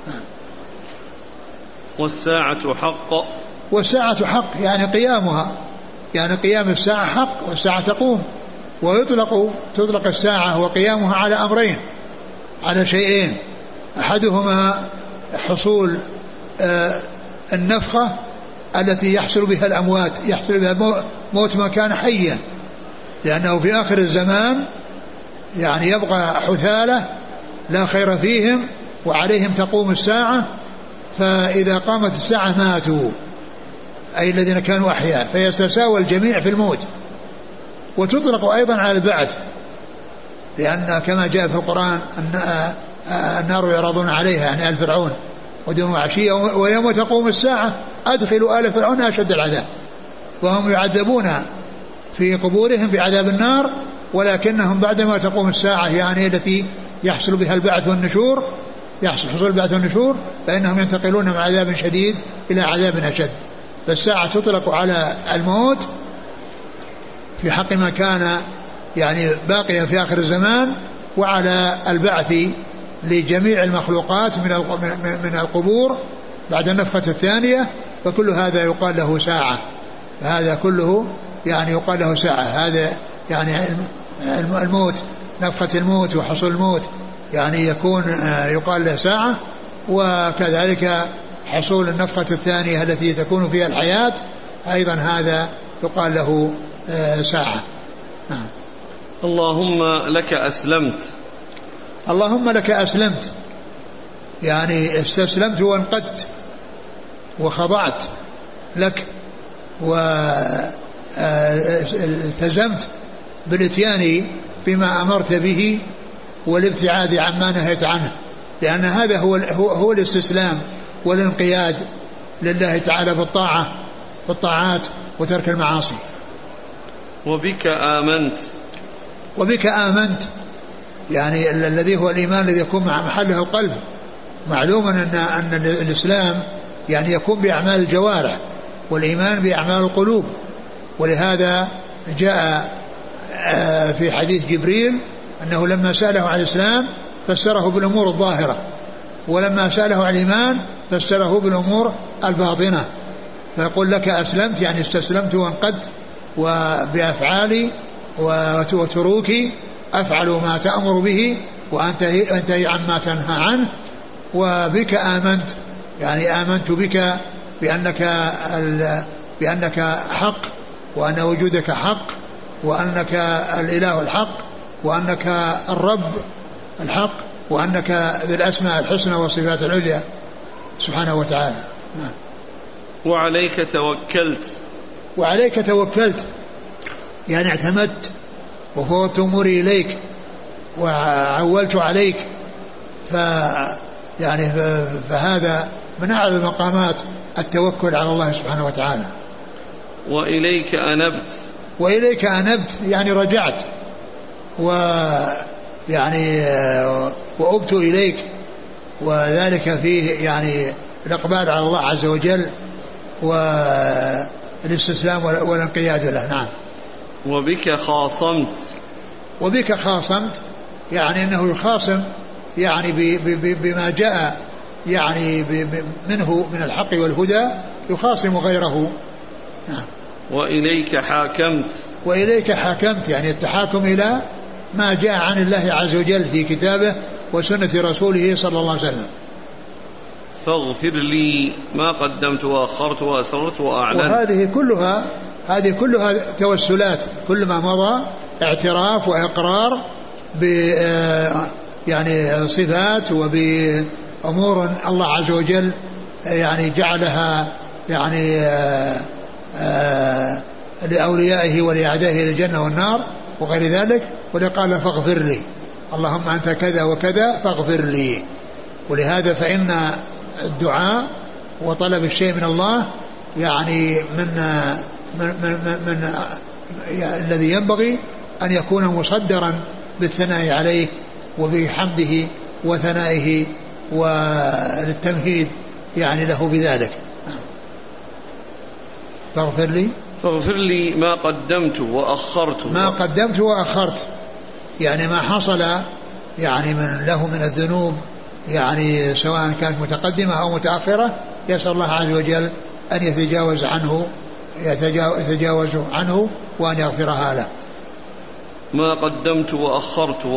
والساعة حق. والساعة حق يعني قيامها، يعني قيام الساعة حق، والساعة تقوم. تطلق الساعة وقيامها على أمرين، على شيئين: أحدهما حصول النفخة التي يحصل بها الأموات، يحصل بها موت ما كان حيا، لأنه في آخر الزمان يعني يبقى حثالة لا خير فيهم وعليهم تقوم الساعة، فإذا قامت الساعة ماتوا أي الذين كانوا أحياء، فيستساوى الجميع في الموت. وتطلق أيضا على البعث، لأن كما جاء في القرآن النار يعرضون عليها يعني آل فرعون ودون وعشية ويوم تقوم الساعة أدخلوا آل فرعون أشد العذاب، وهم يعذبون في قبورهم في عذاب النار، ولكنهم بعدما تقوم الساعة يعني التي يحصل بها البعث والنشور، يحصل حصول البعث والنشور، فإنهم ينتقلون من عذاب شديد إلى عذاب أشد. فالساعة تطلق على الموت في حق ما كان يعني باقيا في آخر الزمان، وعلى البعث لجميع المخلوقات من القبور بعد النفخة الثانية، فكل هذا يقال له ساعة، فهذا كله يعني يقال له ساعة. هذا يعني الموت، نفخة الموت وحصول الموت يعني يكون يقال له ساعة، وكذلك حصول النفخة الثانية التي تكون فيها الحياة أيضا هذا يقال له ساعة. نعم. اللهم لك أسلمت. اللهم لك أسلمت يعني استسلمت وانقدت وخضعت لك، والتزمت بالاتيان بما أمرت به والابتعاد عما نهيت عنه، لأن هذا هو الاستسلام والانقياد لله تعالى بالطاعات وترك المعاصي. وبك آمنت. وبك آمنت يعني الذي هو الإيمان الذي يكون مع محله القلب. معلوم أن الإسلام يعني يكون بأعمال الجوارح، والإيمان بأعمال القلوب، ولهذا جاء في حديث جبريل أنه لما سأله عن الإسلام فسره بالأمور الظاهرة، ولما سأله عن الإيمان فسره بالأمور الباطنة. فيقول لك أسلمت يعني استسلمت وانقدت، وبأفعالي وتروكي أفعل ما تأمر به وأنتهي عما تنهى عنه. وبك آمنت يعني آمنت بك بأنك حق، وأن وجودك حق، وأنك الإله الحق، وأنك الرب الحق، وأنك ذي الأسماء الحسنى والصفات العليا سبحانه وتعالى. وعليك توكلت. وعليك توكلت يعني اعتمدت وفوضت أموري إليك وعولت عليك، فهذا من أعلى المقامات التوكل على الله سبحانه وتعالى. وإليك أنبت. وإليك أنبت يعني رجعت وأبت إليك، وذلك فيه يعني الإقبال على الله عز وجل والاستسلام والانقياد له. نعم. وبك خاصمت. وبك خاصمت يعني أنه يخاصم يعني بما جاء يعني منه من الحق والهدى، يخاصم غيره. نعم. وإليك حاكمت. وإليك حاكمت يعني التحاكم إلى ما جاء عن الله عز وجل في كتابه وسنة رسوله صلى الله عليه وسلم. فاغفر لي ما قدمت وأخرت وأسررت وأعلنت. وهذه كلها توسلات، كل ما مضى اعتراف وإقرار يعني صفات وبأمور الله عز وجل يعني جعلها يعني لأوليائه ولأعدائه للجنة والنار وغير ذلك. ولقال فاغفر لي اللهم أنت كذا وكذا فاغفر لي. ولهذا فإن الدعاء وطلب الشيء من الله يعني من الذي ينبغي أن يكون مصدرا بالثناء عليه وبحمده وثنائه وللتمهيد يعني له بذلك. فاغفر لي ما قدمت وأخرت يعني ما حصل يعني له من الذنوب يعني سواء كانت متقدمة أو متأخرة يسأل الله عز وجل أن يتجاوز عنه وأن يغفرها له. ما قدمت وأخرت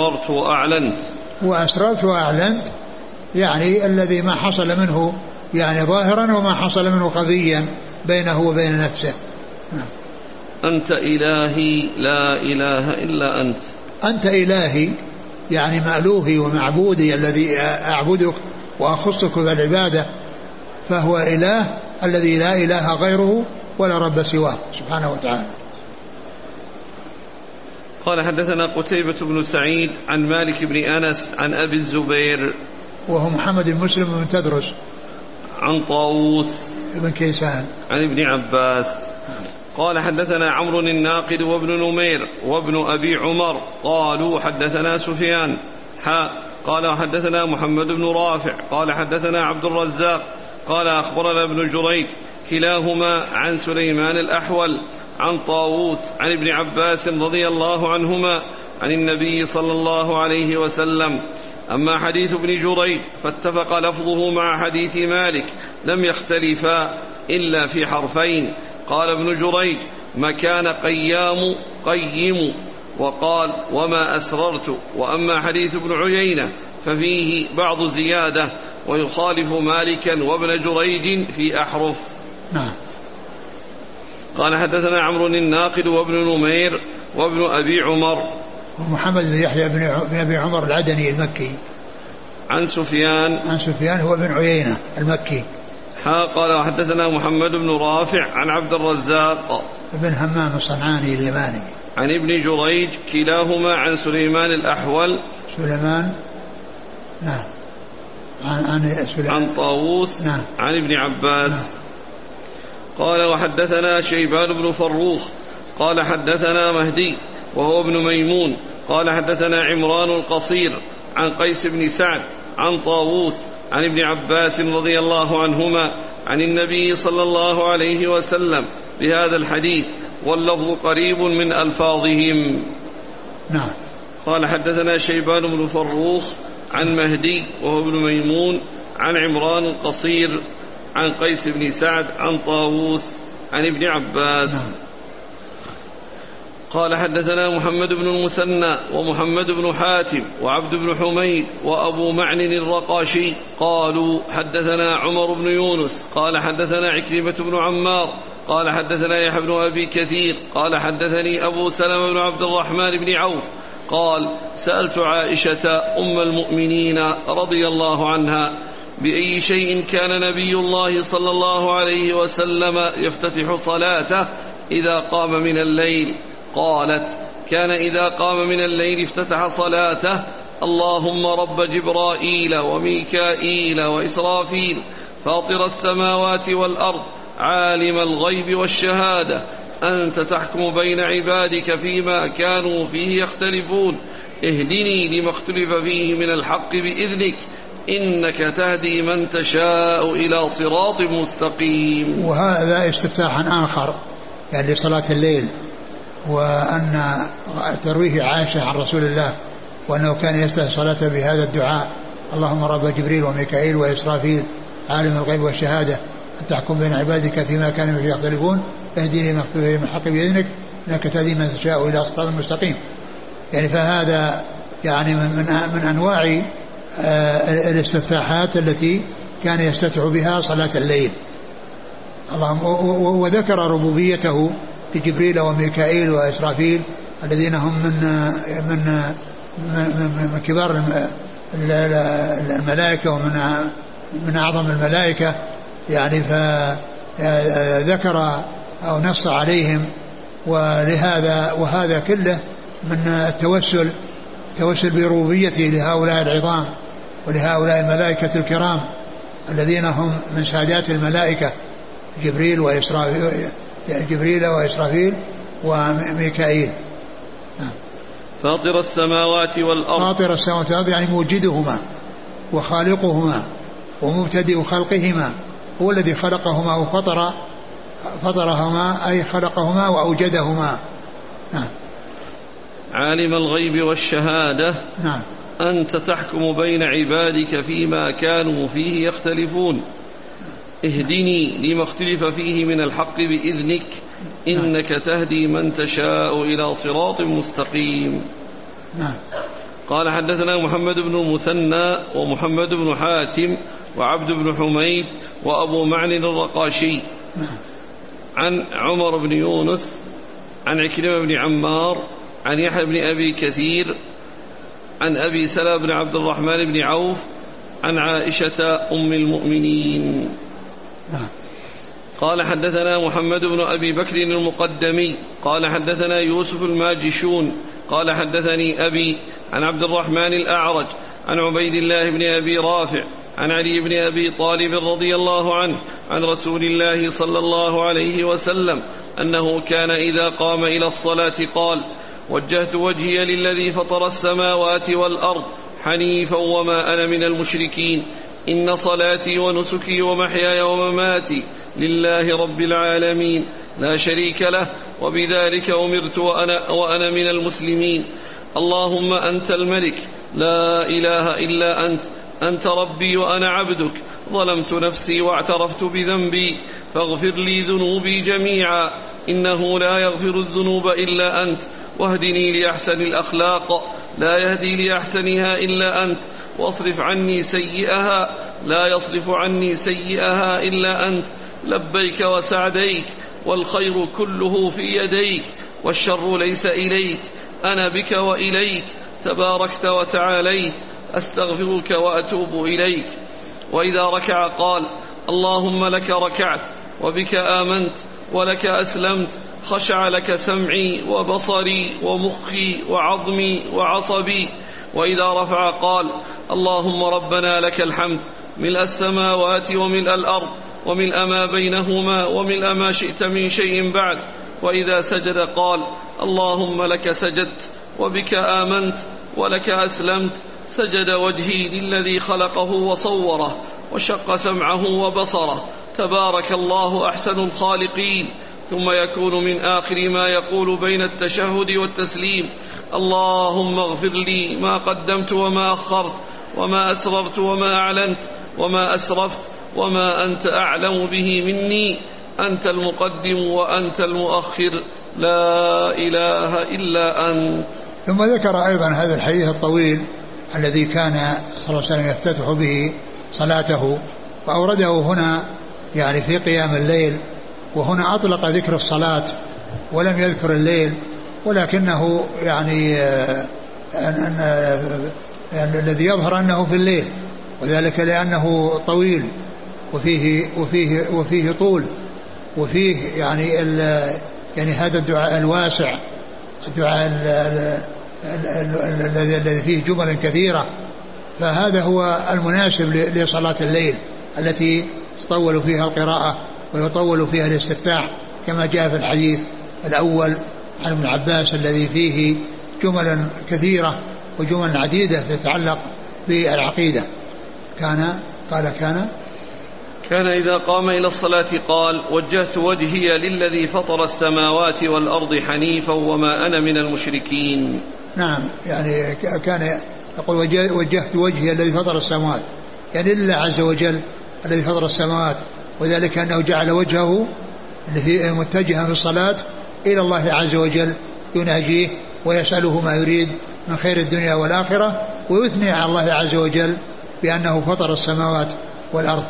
وأسررت وأعلنت يعني الذي ما حصل منه يعني ظاهرا وما حصل منه خفيا بينه وبين نفسه. أنت إلهي لا إله إلا أنت. أنت إلهي يعني مألوهي ومعبودي الذي أعبدك وأخصك بالعبادة فهو إله الذي لا إله غيره ولا رب سواه سبحانه وتعالى. قال حدثنا قتيبة بن سعيد عن مالك بن أنس عن أبي الزبير وهو محمد بن مسلم بن تدرس عن طاووس بن كيسان عن ابن عباس قال حدثنا عمرو الناقد وابن نمير وابن أبي عمر قالوا حدثنا سفيان قال حدثنا محمد بن رافع قال حدثنا عبد الرزاق قال أخبرنا ابن جريج كلاهما عن سليمان الأحول عن طاووس عن ابن عباس رضي الله عنهما عن النبي صلى الله عليه وسلم. أما حديث ابن جريج فاتفق لفظه مع حديث مالك لم يختلفا إلا في حرفين. قال ابن جريج مكان قيم وقال وما أسررت. وأما حديث ابن عيينة ففيه بعض زيادة ويخالف مالكا وابن جريج في أحرف. نعم. قال حدثنا عمرو الناقد وابن نمير وابن أبي عمر ومحمد بن يحيى بن أبي عمر العدني المكي عن سفيان هو بن عيينة المكي. قال حدثنا محمد بن رافع عن عبد الرزاق بن همام الصنعاني اليماني عن ابن جريج كلاهما عن سليمان الأحول نعم عن طاووس نعم. عن ابن عباس نعم. قال وحدثنا شيبان بن فروخ قال حدثنا مهدي وهو ابن ميمون قال حدثنا عمران القصير عن قيس بن سعد عن طاووس عن ابن عباس رضي الله عنهما عن النبي صلى الله عليه وسلم بهذا الحديث واللفظ قريب من ألفاظهم. نعم. قال حدثنا شيبان بن فروخ عن مهدي وهو ابن ميمون عن عمران القصير عن قيس بن سعد عن طاووس عن ابن عباس. نعم. قال حدثنا محمد بن المثنى ومحمد بن حاتم وعبد بن حميد وأبو معن الرقاشي قالوا حدثنا عمر بن يونس قال حدثنا عكرمة بن عمار قال حدثنا يحيى بن أبي كثير قال حدثني أبو سلمة بن عبد الرحمن بن عوف قال سألت عائشة أم المؤمنين رضي الله عنها بأي شيء كان نبي الله صلى الله عليه وسلم يفتتح صلاته إذا قام من الليل؟ قالت كان إذا قام من الليل افتتح صلاته اللهم رب جبرائيل وميكائيل وإسرافيل فاطر السماوات والأرض عالم الغيب والشهادة أنت تحكم بين عبادك فيما كانوا فيه يختلفون اهدني لما اختلف فيه من الحق بإذنك إنك تهدي من تشاء إلى صراط مستقيم. وهذا استفتاح آخر يعني لصلاة الليل، وأن ترويه عائشة عن رسول الله وأنه كان يفتح صلاته بهذا الدعاء اللهم رب جبريل وميكائيل وإسرافيل عالم الغيب والشهادة أن تحكم بين عبادك فيما كانوا فيه يختلفون اهدني لما اختلف فيه من الحق بإذنك إنك تهدي من تشاء إلى صراط مستقيم. يعني فهذا يعني من أنواع الاستفتاحات التي كان يستفتح بها صلاة الليل. وذكر ربوبيته لجبريل وميكائيل وإسرافيل الذين هم من كبار الملائكة ومن أعظم الملائكة يعني، فذكر أو نص عليهم. وهذا كله من التوسل بربوبيته لهؤلاء العظام ولهؤلاء الملائكة الكرام الذين هم من سادات الملائكة، جبريل وإسرافيل وميكائيل. فاطر السماوات والأرض يعني موجدهما وخالقهما ومبتدئ خلقهما، هو الذي خلقهما وفطرهما أي خلقهما وأوجدهما. عالم الغيب والشهادة. أنت تحكم بين عبادك فيما كانوا فيه يختلفون، اهدني لما اختلف فيه من الحق بإذنك إنك تهدي من تشاء إلى صراط مستقيم. قال حدثنا محمد بن المثنى ومحمد بن حاتم وعبد بن حميد وأبو معن الرقاشي عن عمر بن يونس عن عكرمة بن عمار عن يحيى بن أبي كثير عن أبي سلمة بن عبد الرحمن بن عوف عن عائشة أم المؤمنين. قال حدثنا محمد بن أبي بكر المقدمي قال حدثنا يوسف الماجشون قال حدثني أبي عن عبد الرحمن الأعرج عن عبيد الله بن أبي رافع عن علي بن أبي طالب رضي الله عنه عن رسول الله صلى الله عليه وسلم أنه كان إذا قام إلى الصلاة قال: وجهت وجهي للذي فطر السماوات والأرض حنيفا وما أنا من المشركين، إن صلاتي ونسكي ومحياي ومماتي لله رب العالمين لا شريك له، وبذلك أمرت وأنا من المسلمين. اللهم أنت الملك لا إله إلا أنت ربي وأنا عبدك، ظلمت نفسي واعترفت بذنبي، فاغفر لي ذنوبي جميعا، إنه لا يغفر الذنوب إلا أنت، واهدني لأحسن الأخلاق لا يهدي لأحسنها إلا أنت، واصرف عني سيئها لا يصرف عني سيئها إلا أنت، لبيك وسعديك والخير كله في يديك والشر ليس إليك، أنا بك وإليك تباركت وتعاليت، أستغفرك وأتوب إليك. وإذا ركع قال: اللهم لك ركعت وبك آمنت ولك أسلمت، خشع لك سمعي وبصري ومخي وعظمي وعصبي. وإذا رفع قال: اللهم ربنا لك الحمد ملء السماوات وملء الأرض وملء ما بينهما وملء ما شئت من شيء بعد. وإذا سجد قال: اللهم لك سجدت وبك آمنت ولك أسلمت، سجد وجهي للذي خلقه وصوره وشق سمعه وبصره، تبارك الله أحسن الخالقين. ثم يكون من آخر ما يقول بين التشهد والتسليم: اللهم اغفر لي ما قدمت وما أخرت وما أسررت وما أعلنت وما أسرفت وما أنت أعلم به مني، أنت المقدم وأنت المؤخر، لا إله إلا أنت. ثم ذكر أيضا هذا الحديث الطويل الذي كان صلى الله عليه وسلم يفتتح به صلاته، وأورده هنا يعني في قيام الليل، وهنا أطلق ذكر الصلاة ولم يذكر الليل، ولكنه يعني الذي يظهر أنه في الليل، وذلك لأنه طويل وفيه طول، وفيه يعني هذا الدعاء الواسع، الدعاء الذي فيه جمل كثيرة، فهذا هو المناسب لصلاة الليل التي تطول فيها القراءة ويطول فيها الاستفتاح، كما جاء في الحديث الأول عن ابن عباس الذي فيه جمل كثيرة وجمل عديدة تتعلق بالعقيدة. كان إذا قام إلى الصلاة قال: وجهت وجهي للذي فطر السماوات والأرض حنيفا وما أنا من المشركين. نعم، يعني كان يقول: وجهت وجهي الذي فطر السماوات، يعني لله عز وجل الذي فطر السماوات، وذلك أنه جعل وجهه متجها في الصلاة إلى الله عز وجل، يناجيه ويسأله ما يريد من خير الدنيا والآخرة، ويثني على الله عز وجل بأنه فطر السماوات والأرض،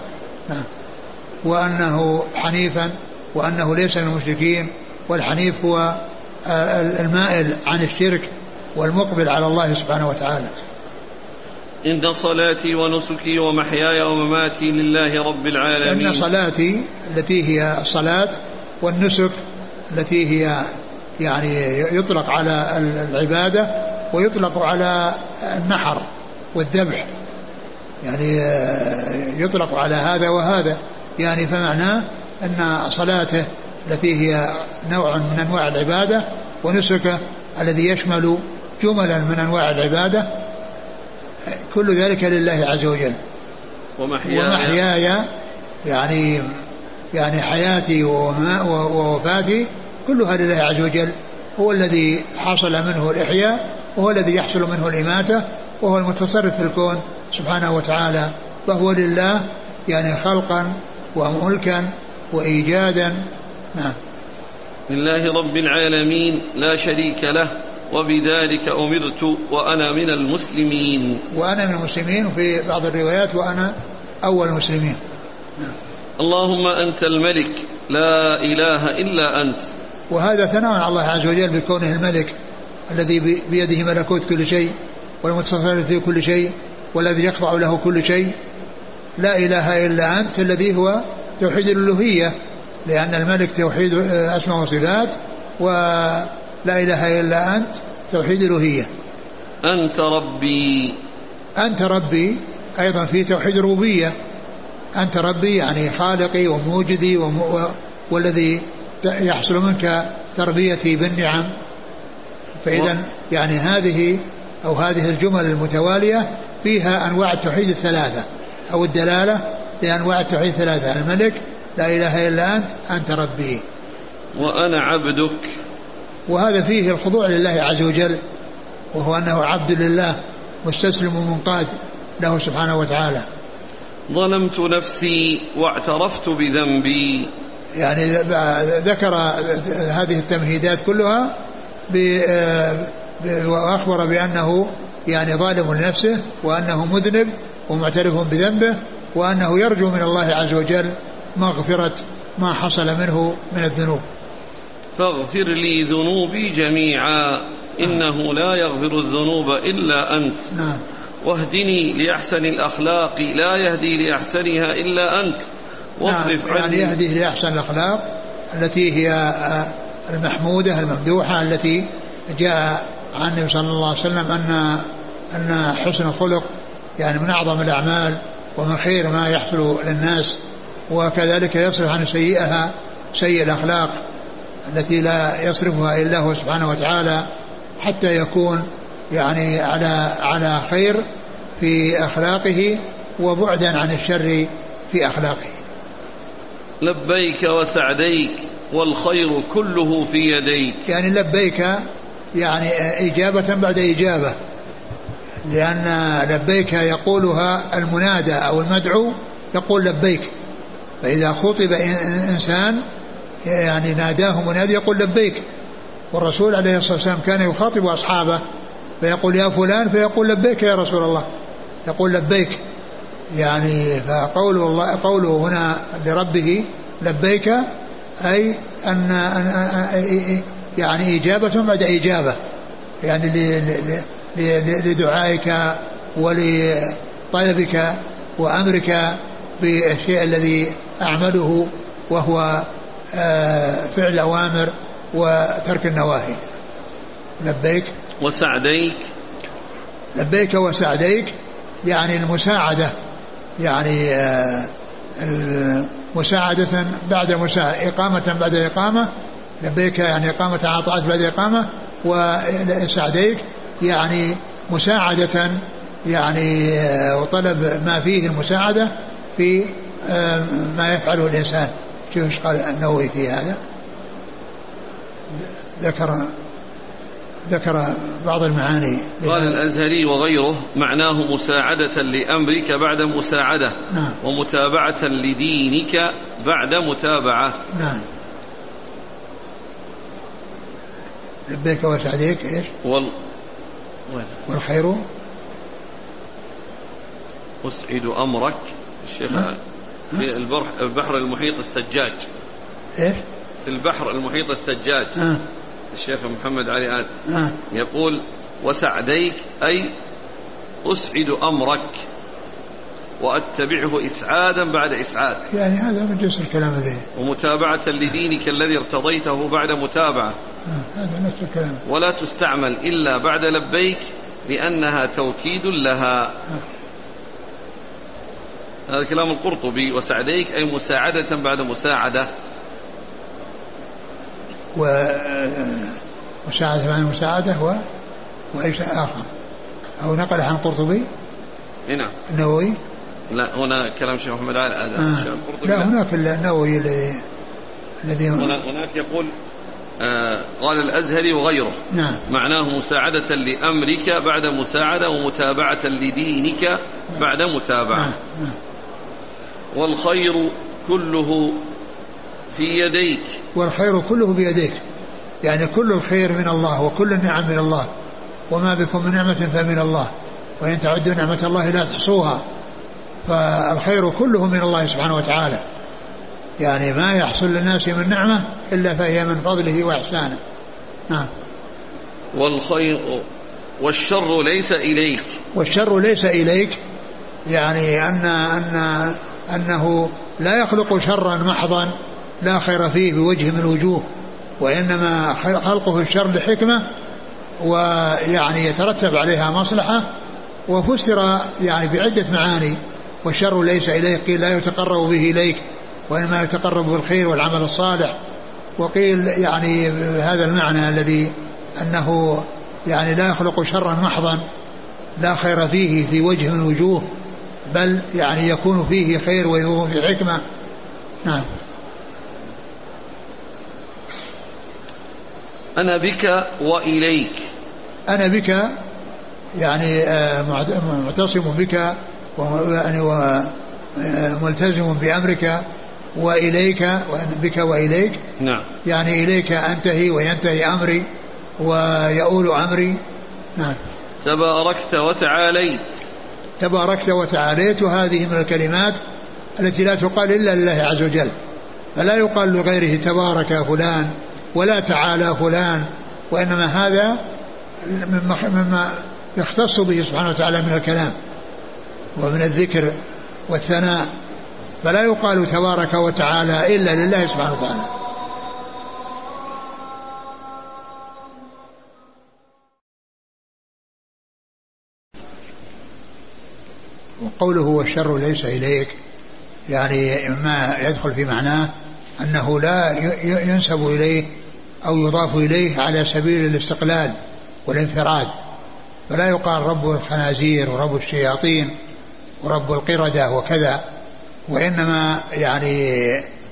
وأنه حنيفا وأنه ليس من المشركين. والحنيف هو المائل عن الشرك والمقبل على الله سبحانه وتعالى. إن صلاتي ونسكي ومحياي ومماتي لله رب العالمين. إن صلاتي التي هي الصلاة، والنسك التي هي يعني يطلق على العبادة ويطلق على النحر والذبح، يعني يطلق على هذا وهذا، يعني فمعناه أن صلاته التي هي نوع من أنواع العبادة، ونسكه الذي يشمل جملا من أنواع العبادة، كل ذلك لله عز وجل. ومحياي يعني حياتي ووفاتي كلها لله عز وجل، هو الذي حصل منه الإحياء، وهو الذي يحصل منه الإماتة، وهو المتصرف في الكون سبحانه وتعالى، فهو لله يعني خلقا وملكا وإيجادا. نعم. لله رب العالمين لا شريك له، وبذلك أمرت وأنا من المسلمين. وأنا من المسلمين، وفي بعض الروايات وأنا أول المسلمين. نعم. اللهم أنت الملك لا إله إلا أنت. وهذا ثناء على الله عز وجل بكونه الملك الذي بيده ملكوت كل شيء، والمتصرف في كل شيء، والذي يخضع له كل شيء. لا إله إلا أنت الذي هو توحيد الألوهية، لأن الملك توحيد أسماء وصفات، ولا إله إلا أنت توحيد الألوهية. أنت ربي. أنت ربي أيضا في توحيد الربوبية. أنت ربي يعني خالقي وموجدي والذي يحصل منك تربيتي بالنعم. فإذا يعني هذه الجمل المتوالية فيها أنواع التوحيد الثلاثة، أو الدلالة لأنواع التوحيد الثلاثة: الملك، لا إله إلا أنت ربي، وأنا عبدك. وهذا فيه الخضوع لله عز وجل، وهو أنه عبد لله مستسلم ومنقاد له سبحانه وتعالى. ظلمت نفسي واعترفت بذنبي. يعني ذكر هذه التمهيدات كلها وأخبر بأنه يعني ظالم لنفسه، وأنه مذنب ومعترف بذنبه، وأنه يرجو من الله عز وجل مغفرة ما حصل منه من الذنوب. فاغفر لي ذنوبي جميعا إنه لا يغفر الذنوب إلا أنت. نعم. واهدني لأحسن الأخلاق لا يهدي لأحسنها إلا أنت. واصرف عني. يعني يهدي لأحسن الأخلاق التي هي المحمودة الممدوحة، التي جاء عن النبي صلى الله عليه وسلم أن حسن الخلق يعني من أعظم الأعمال ومن خير ما يحصل للناس، وكذلك يصرف عن سيء الأخلاق التي لا يصرفها إلا هو سبحانه وتعالى، حتى يكون يعني على خير في أخلاقه وبعدا عن الشر في أخلاقه. لبيك وسعديك والخير كله في يديك. يعني لبيك يعني إجابة بعد إجابة، لأن لبيك يقولها المنادى أو المدعو، يقول لبيك. فإذا خطب إنسان يعني ناداه منادي يقول لبيك. والرسول عليه الصلاة والسلام كان يخاطب أصحابه فيقول يا فلان، فيقول لبيك يا رسول الله، يقول لبيك. يعني فقوله هنا لربه لبيك أي أن يعني إجابة بعد إجابة، يعني لدعائك ولطلبك وأمرك بالشيء الذي أعمله، وهو فعل الأوامر وترك النواهي. لبيك وسعديك. لبيك وسعديك يعني المساعدة، يعني مساعدة بعد مساعدة، إقامة بعد إقامة. لبيك يعني إقامة عطاءات بعد إقامة، وسعديك يعني مساعدة يعني وطلب ما فيه المساعدة في ما يفعله الإنسان. شوف ايش قال النووي في هذا، ذكر بعض المعاني. قال الأزهري وغيره معناه مساعدة لأمرك بعد مساعدة. نعم. ومتابعة لدينك بعد متابعة. نعم. لبيك وسعديك ايش والخير أسعد أمرك. الشيخ في البحر المحيط الثجاج. ايش؟ في البحر المحيط الثجاج. الشيخ محمد علي آد يقول وسعديك أي أسعد أمرك وأتبعه إسعادا بعد إسعاد، يعني هذا من جنس الكلام الذي ومتابعة لدينك الذي ارتضيته بعد متابعة، هذا نفس الكلام. ولا تستعمل إلا بعد لبيك لأنها توكيد لها. هذا كلام القرطبي. وسعديك أي مساعدة بعد مساعدة، ومساعدة بعد مساعدة، وإيش آخر أو نقل عن القرطبي. هنا النووي، لا هنا كلام شيخ محمد علي لا هناك النووي الذي هناك يقول قال الأزهري وغيره. نعم. معناه مساعدة لأمرك بعد مساعدة، ومتابعة لدينك بعد متابعة. نعم. والخير كله في يديك، والخير كله بيديك، يعني كل الخير من الله وكل النعم من الله، وما بكم من نعمة فمن الله، وإن تعدوا نعمة الله لا تحصوها. فالخير كله من الله سبحانه وتعالى، يعني ما يحصل للناس من نعمة إلا فهي من فضله وإحسانه. نعم. والخير والشر ليس إليك، والشر ليس إليك، يعني أنه لا يخلق شرا محضا لا خير فيه بوجه من الوجوه، وإنما خلقه الشر لحكمة، ويعني يترتب عليها مصلحة، وفسر يعني بعدة معاني. والشر ليس إليك قيل لا يتقرب به إليك، وإنما يتقرب بالخير والعمل الصالح. وقيل يعني هذا المعنى الذي أنه يعني لا يخلق شرا محضا لا خير فيه في وجه من الوجوه، بل يعني يكون فيه خير ويكون فيه حكمة. نعم. أنا بك وإليك، أنا بك يعني معتصم بك وملتزم بأمرك، وإليك بك وإليك. نعم. يعني إليك أنتهي وينتهي أمري ويؤول أمري. نعم. تباركت وتعاليت، تباركت وتعاليت، وهذه من الكلمات التي لا تقال إلا لله عز وجل، فلا يقال لغيره تبارك فلان ولا تعالى فلان، وإنما هذا مما يختص به سبحانه وتعالى من الكلام ومن الذكر والثناء، فلا يقال تبارك وتعالى إلا لله سبحانه وتعالى. وقوله والشر ليس إليك، يعني ما يدخل في معناه أنه لا ينسب إليه أو يضاف إليه على سبيل الاستقلال والانفراد، فلا يقال رب الخنازير ورب الشياطين ورب القردة وكذا، وإنما يعني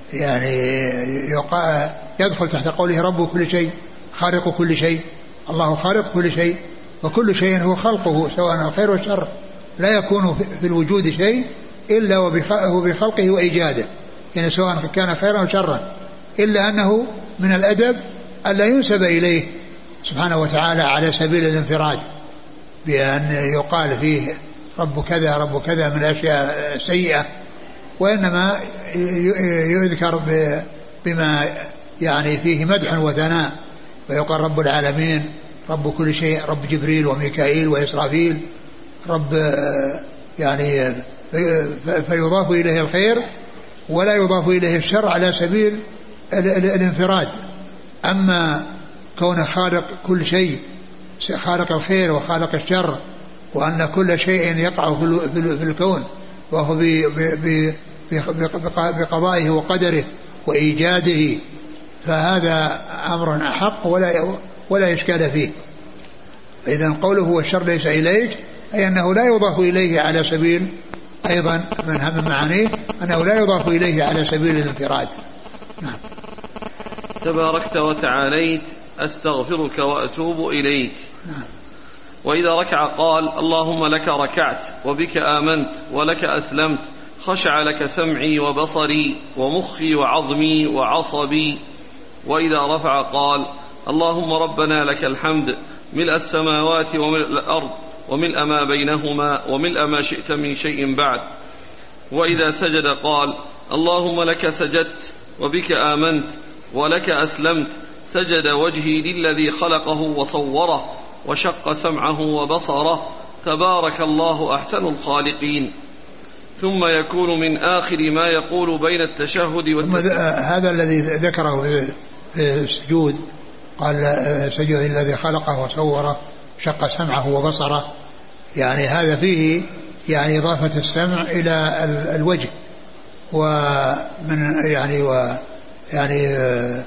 يدخل تحت قوله رب كل شيء خالق كل شيء. الله خالق كل شيء، وكل شيء هو خلقه سواء الخير والشر، لا يكون في الوجود شيء إلا هو بخلقه وإيجاده، يعني سواء كان خيرا أو شرا، إلا أنه من الأدب ألا ينسب إليه سبحانه وتعالى على سبيل الانفراد بأن يقال فيه رب كذا رب كذا من الأشياء السيئة، وإنما يذكر بما يعني فيه مدح وثناء، ويقال رب العالمين رب كل شيء، رب جبريل وميكائيل وإسرافيل، رب يعني فيضاف إليه الخير ولا يضاف إليه الشر على سبيل الانفراد. أما كون خالق كل شيء، خالق الخير وخالق الشر، وأن كل شيء يقع في الكون وهو بقضائه وقدره وإيجاده، فهذا أمر أحق ولا إشكال فيه. إذن قوله والشر ليس إليك أي أنه لا يضاف إليه على سبيل، أيضا من معانيه أنه لا يضاف إليه على سبيل الانفراد. نعم. تباركت وتعاليت أستغفرك وأتوب إليك. نعم. وإذا ركع قال اللهم لك ركعت وبك آمنت ولك أسلمت، خشع لك سمعي وبصري ومخي وعظمي وعصبي. وإذا رفع قال اللهم ربنا لك الحمد ملء السماوات وملء الأرض وملء ما بينهما وملء ما شئت من شيء بعد. وإذا سجد قال اللهم لك سجدت وبك آمنت ولك أسلمت، سجد وجهي للذي خلقه وصوره وشق سمعه وبصره، تبارك الله أحسن الخالقين. ثم يكون من آخر ما يقول بين التشهد والتسليم. هذا الذي ذكره في السجود، قال سجد الذي خلقه وصوره، شق سمعه وبصره، يعني هذا فيه يعني إضافة السمع إلى الوجه، ومن يعني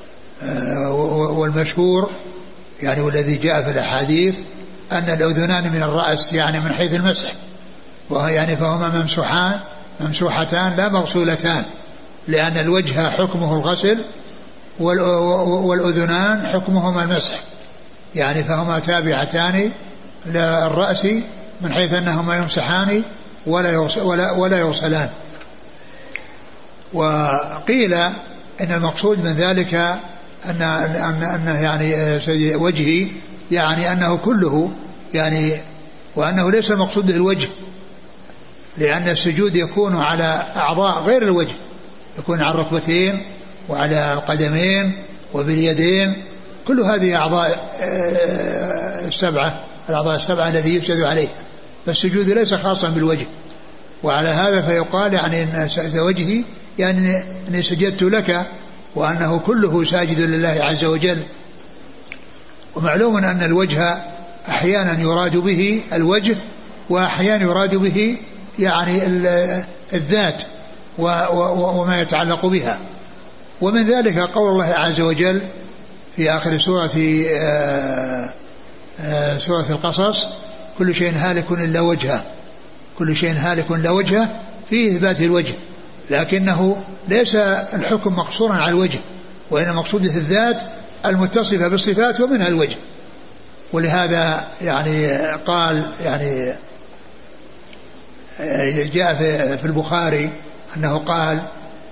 والمشهور يعني والذي جاء في الأحاديث أن الأذنان من الرأس يعني من حيث المسح، يعني فهما ممسوحتان لا مغسولتان، لأن الوجه حكمه الغسل والأذنان حكمهما المسح، يعني فهما تابعتان للرأس من حيث أنهما يمسحان ولا يغسلان. وقيل إن المقصود من ذلك أن يعني وجهي يعني أنه كله، يعني وأنه ليس المقصود به الوجه، لأن السجود يكون على أعضاء غير الوجه، يكون على الركبتين وعلى القدمين وباليدين، كل هذه أعضاء الأعضاء السبعة الذي يسجد عليه، فالسجود ليس خاصا بالوجه. وعلى هذا فيقال يعني أن وجهي يعني أني سجدت لك، وأنه كله ساجد لله عز وجل. ومعلوم أن الوجه أحيانا يراد به الوجه، وأحيانا يراد به يعني الذات وما يتعلق بها. ومن ذلك قول الله عز وجل في آخر سورة القصص: كل شيء هالك إلا وجهه، كل شيء هالك إلا وجهه، في إثبات الوجه، لكنه ليس الحكم مقصورا على الوجه، وإنما مقصوده الذات المتصفة بالصفات ومنها الوجه. ولهذا يعني قال يعني جاء في البخاري أنه قال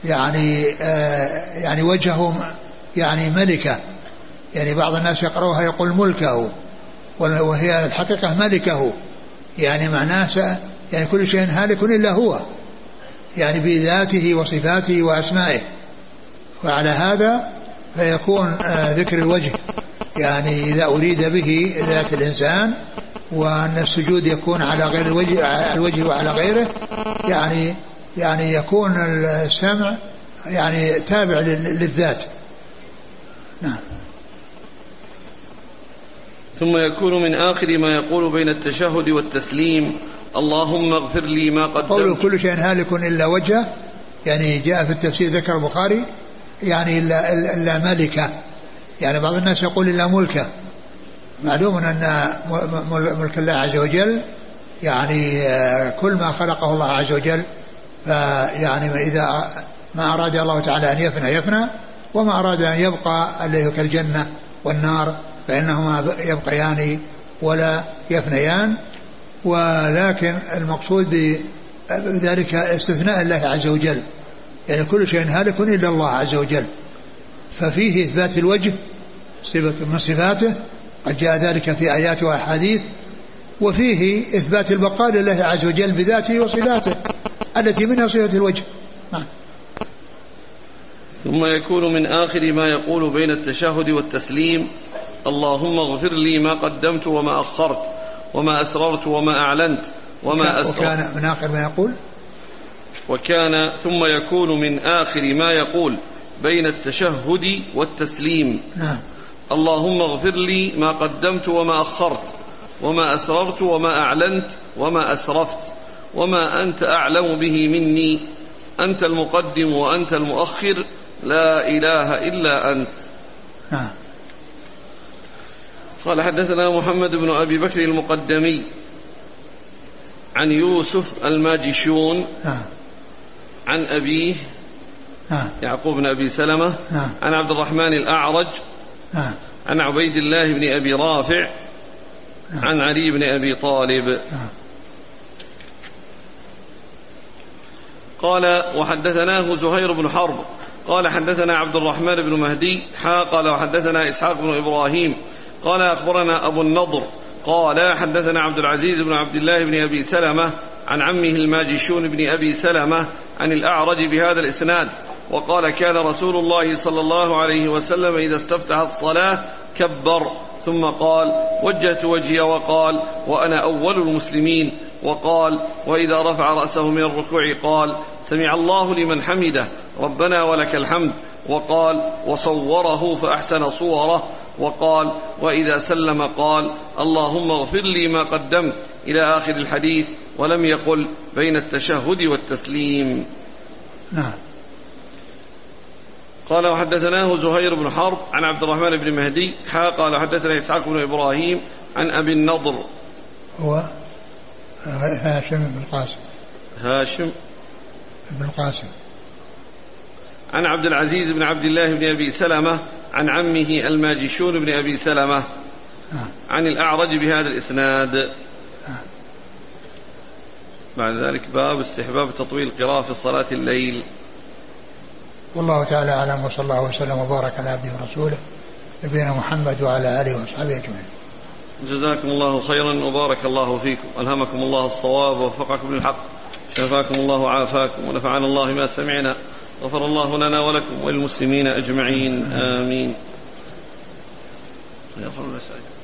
يعني وجهه يعني ملكه، يعني بعض الناس يقرأوها يقول ملكه، وهي الحقيقة ملكه، يعني معناه يعني كل شيء هالك إلا هو، يعني بذاته وصفاته وأسمائه. وعلى هذا فيكون ذكر الوجه يعني إذا أريد به ذات الإنسان، وأن السجود يكون على غير الوجه وعلى غيره، يعني يكون السمع يعني تابع للذات. نعم. ثم يكون من آخر ما يقول بين التشهد والتسليم: اللهم اغفر لي ما قدمت. قوله كل شيء هالك إلا وجهه، يعني جاء في التفسير ذكر البخاري يعني إلا ملكه، يعني بعض الناس يقول إلا ملكه. معلوم أن ملك الله عز وجل يعني كل ما خلقه الله عز وجل، فيعني إذا ما أراد الله تعالى أن يفنى يفنى، وما أراد أن يبقى اللي كالجنة والنار فإنهما يبقيان ولا يفنيان. ولكن المقصود بذلك استثناء الله عز وجل، يعني كل شيء هالك إلا الله عز وجل، ففيه إثبات الوجه صفة من صفاته، قد جاء ذلك في آيات وأحاديث، وفيه إثبات البقاء لله عز وجل بذاته وصفاته التي منها صفة الوجه. ثم يكون من آخر ما يقول بين التشهد والتسليم: اللهم اغفر لي ما قدمت وما أخرت وما أسررت وما أعلنت وما أسررت. وكان من آخر ما يقول ثم يكون من آخر ما يقول بين التشهد والتسليم: اللهم اغفر لي ما قدمت وما أخرت وما أسررت وما أعلنت وما أسرفت وما أنت أعلم به مني، أنت المقدم وأنت المؤخر، لا إله إلا أنت. قال: حدثنا محمد بن أبي بكر المقدمي عن يوسف الماجشون عن أبيه يعقوب بن أبي سلمة عن عبد الرحمن الأعرج عن عبيد الله بن أبي رافع عن علي بن أبي طالب. قال: وحدثناه زهير بن حرب قال: حدثنا عبد الرحمن بن مهدي قال: وحدثنا إسحاق بن إبراهيم قال: أخبرنا أبو النضر قال: حدثنا عبد العزيز بن عبد الله بن أبي سلمة عن عمه الماجشون بن أبي سلمة عن الأعرج بهذا الإسناد، وقال: كان رسول الله صلى الله عليه وسلم إذا استفتح الصلاة كبر ثم قال: وجهت وجهي، وقال: وأنا أول المسلمين، وقال: وإذا رفع رأسه من الركوع قال: سمع الله لمن حمده ربنا ولك الحمد، وقال: وصوره فأحسن صوره، وقال: وإذا سلم قال: اللهم اغفر لي ما قدمت، إلى آخر الحديث، ولم يقل بين التشهد والتسليم. نعم. قال: وحدثناه زهير بن حرب عن عبد الرحمن بن مهدي قال: حدثنا إسحاق بن إبراهيم عن أبي النضر هو هاشم بن القاسم عن عبد العزيز بن عبد الله بن أبي سلمة عن عمه الماجشون بن أبي سلمة عن الأعرج بهذا الإسناد. بعد ذلك باب استحباب تطويل القراءة في صلاة الليل. والله تعالى أعلم، وصلى الله وسلم وبارك على عبده ورسوله نبينا محمد وعلى آله وأصحابه أجمعين. جزاكم الله خيرا وبارك الله فيكم، ألهمكم الله الصواب ووفقكم للحق، شفاكم الله وعافاكم، ونفعنا الله ما سمعنا، غفر الله لنا ولكم وللمسلمين أجمعين، آمين.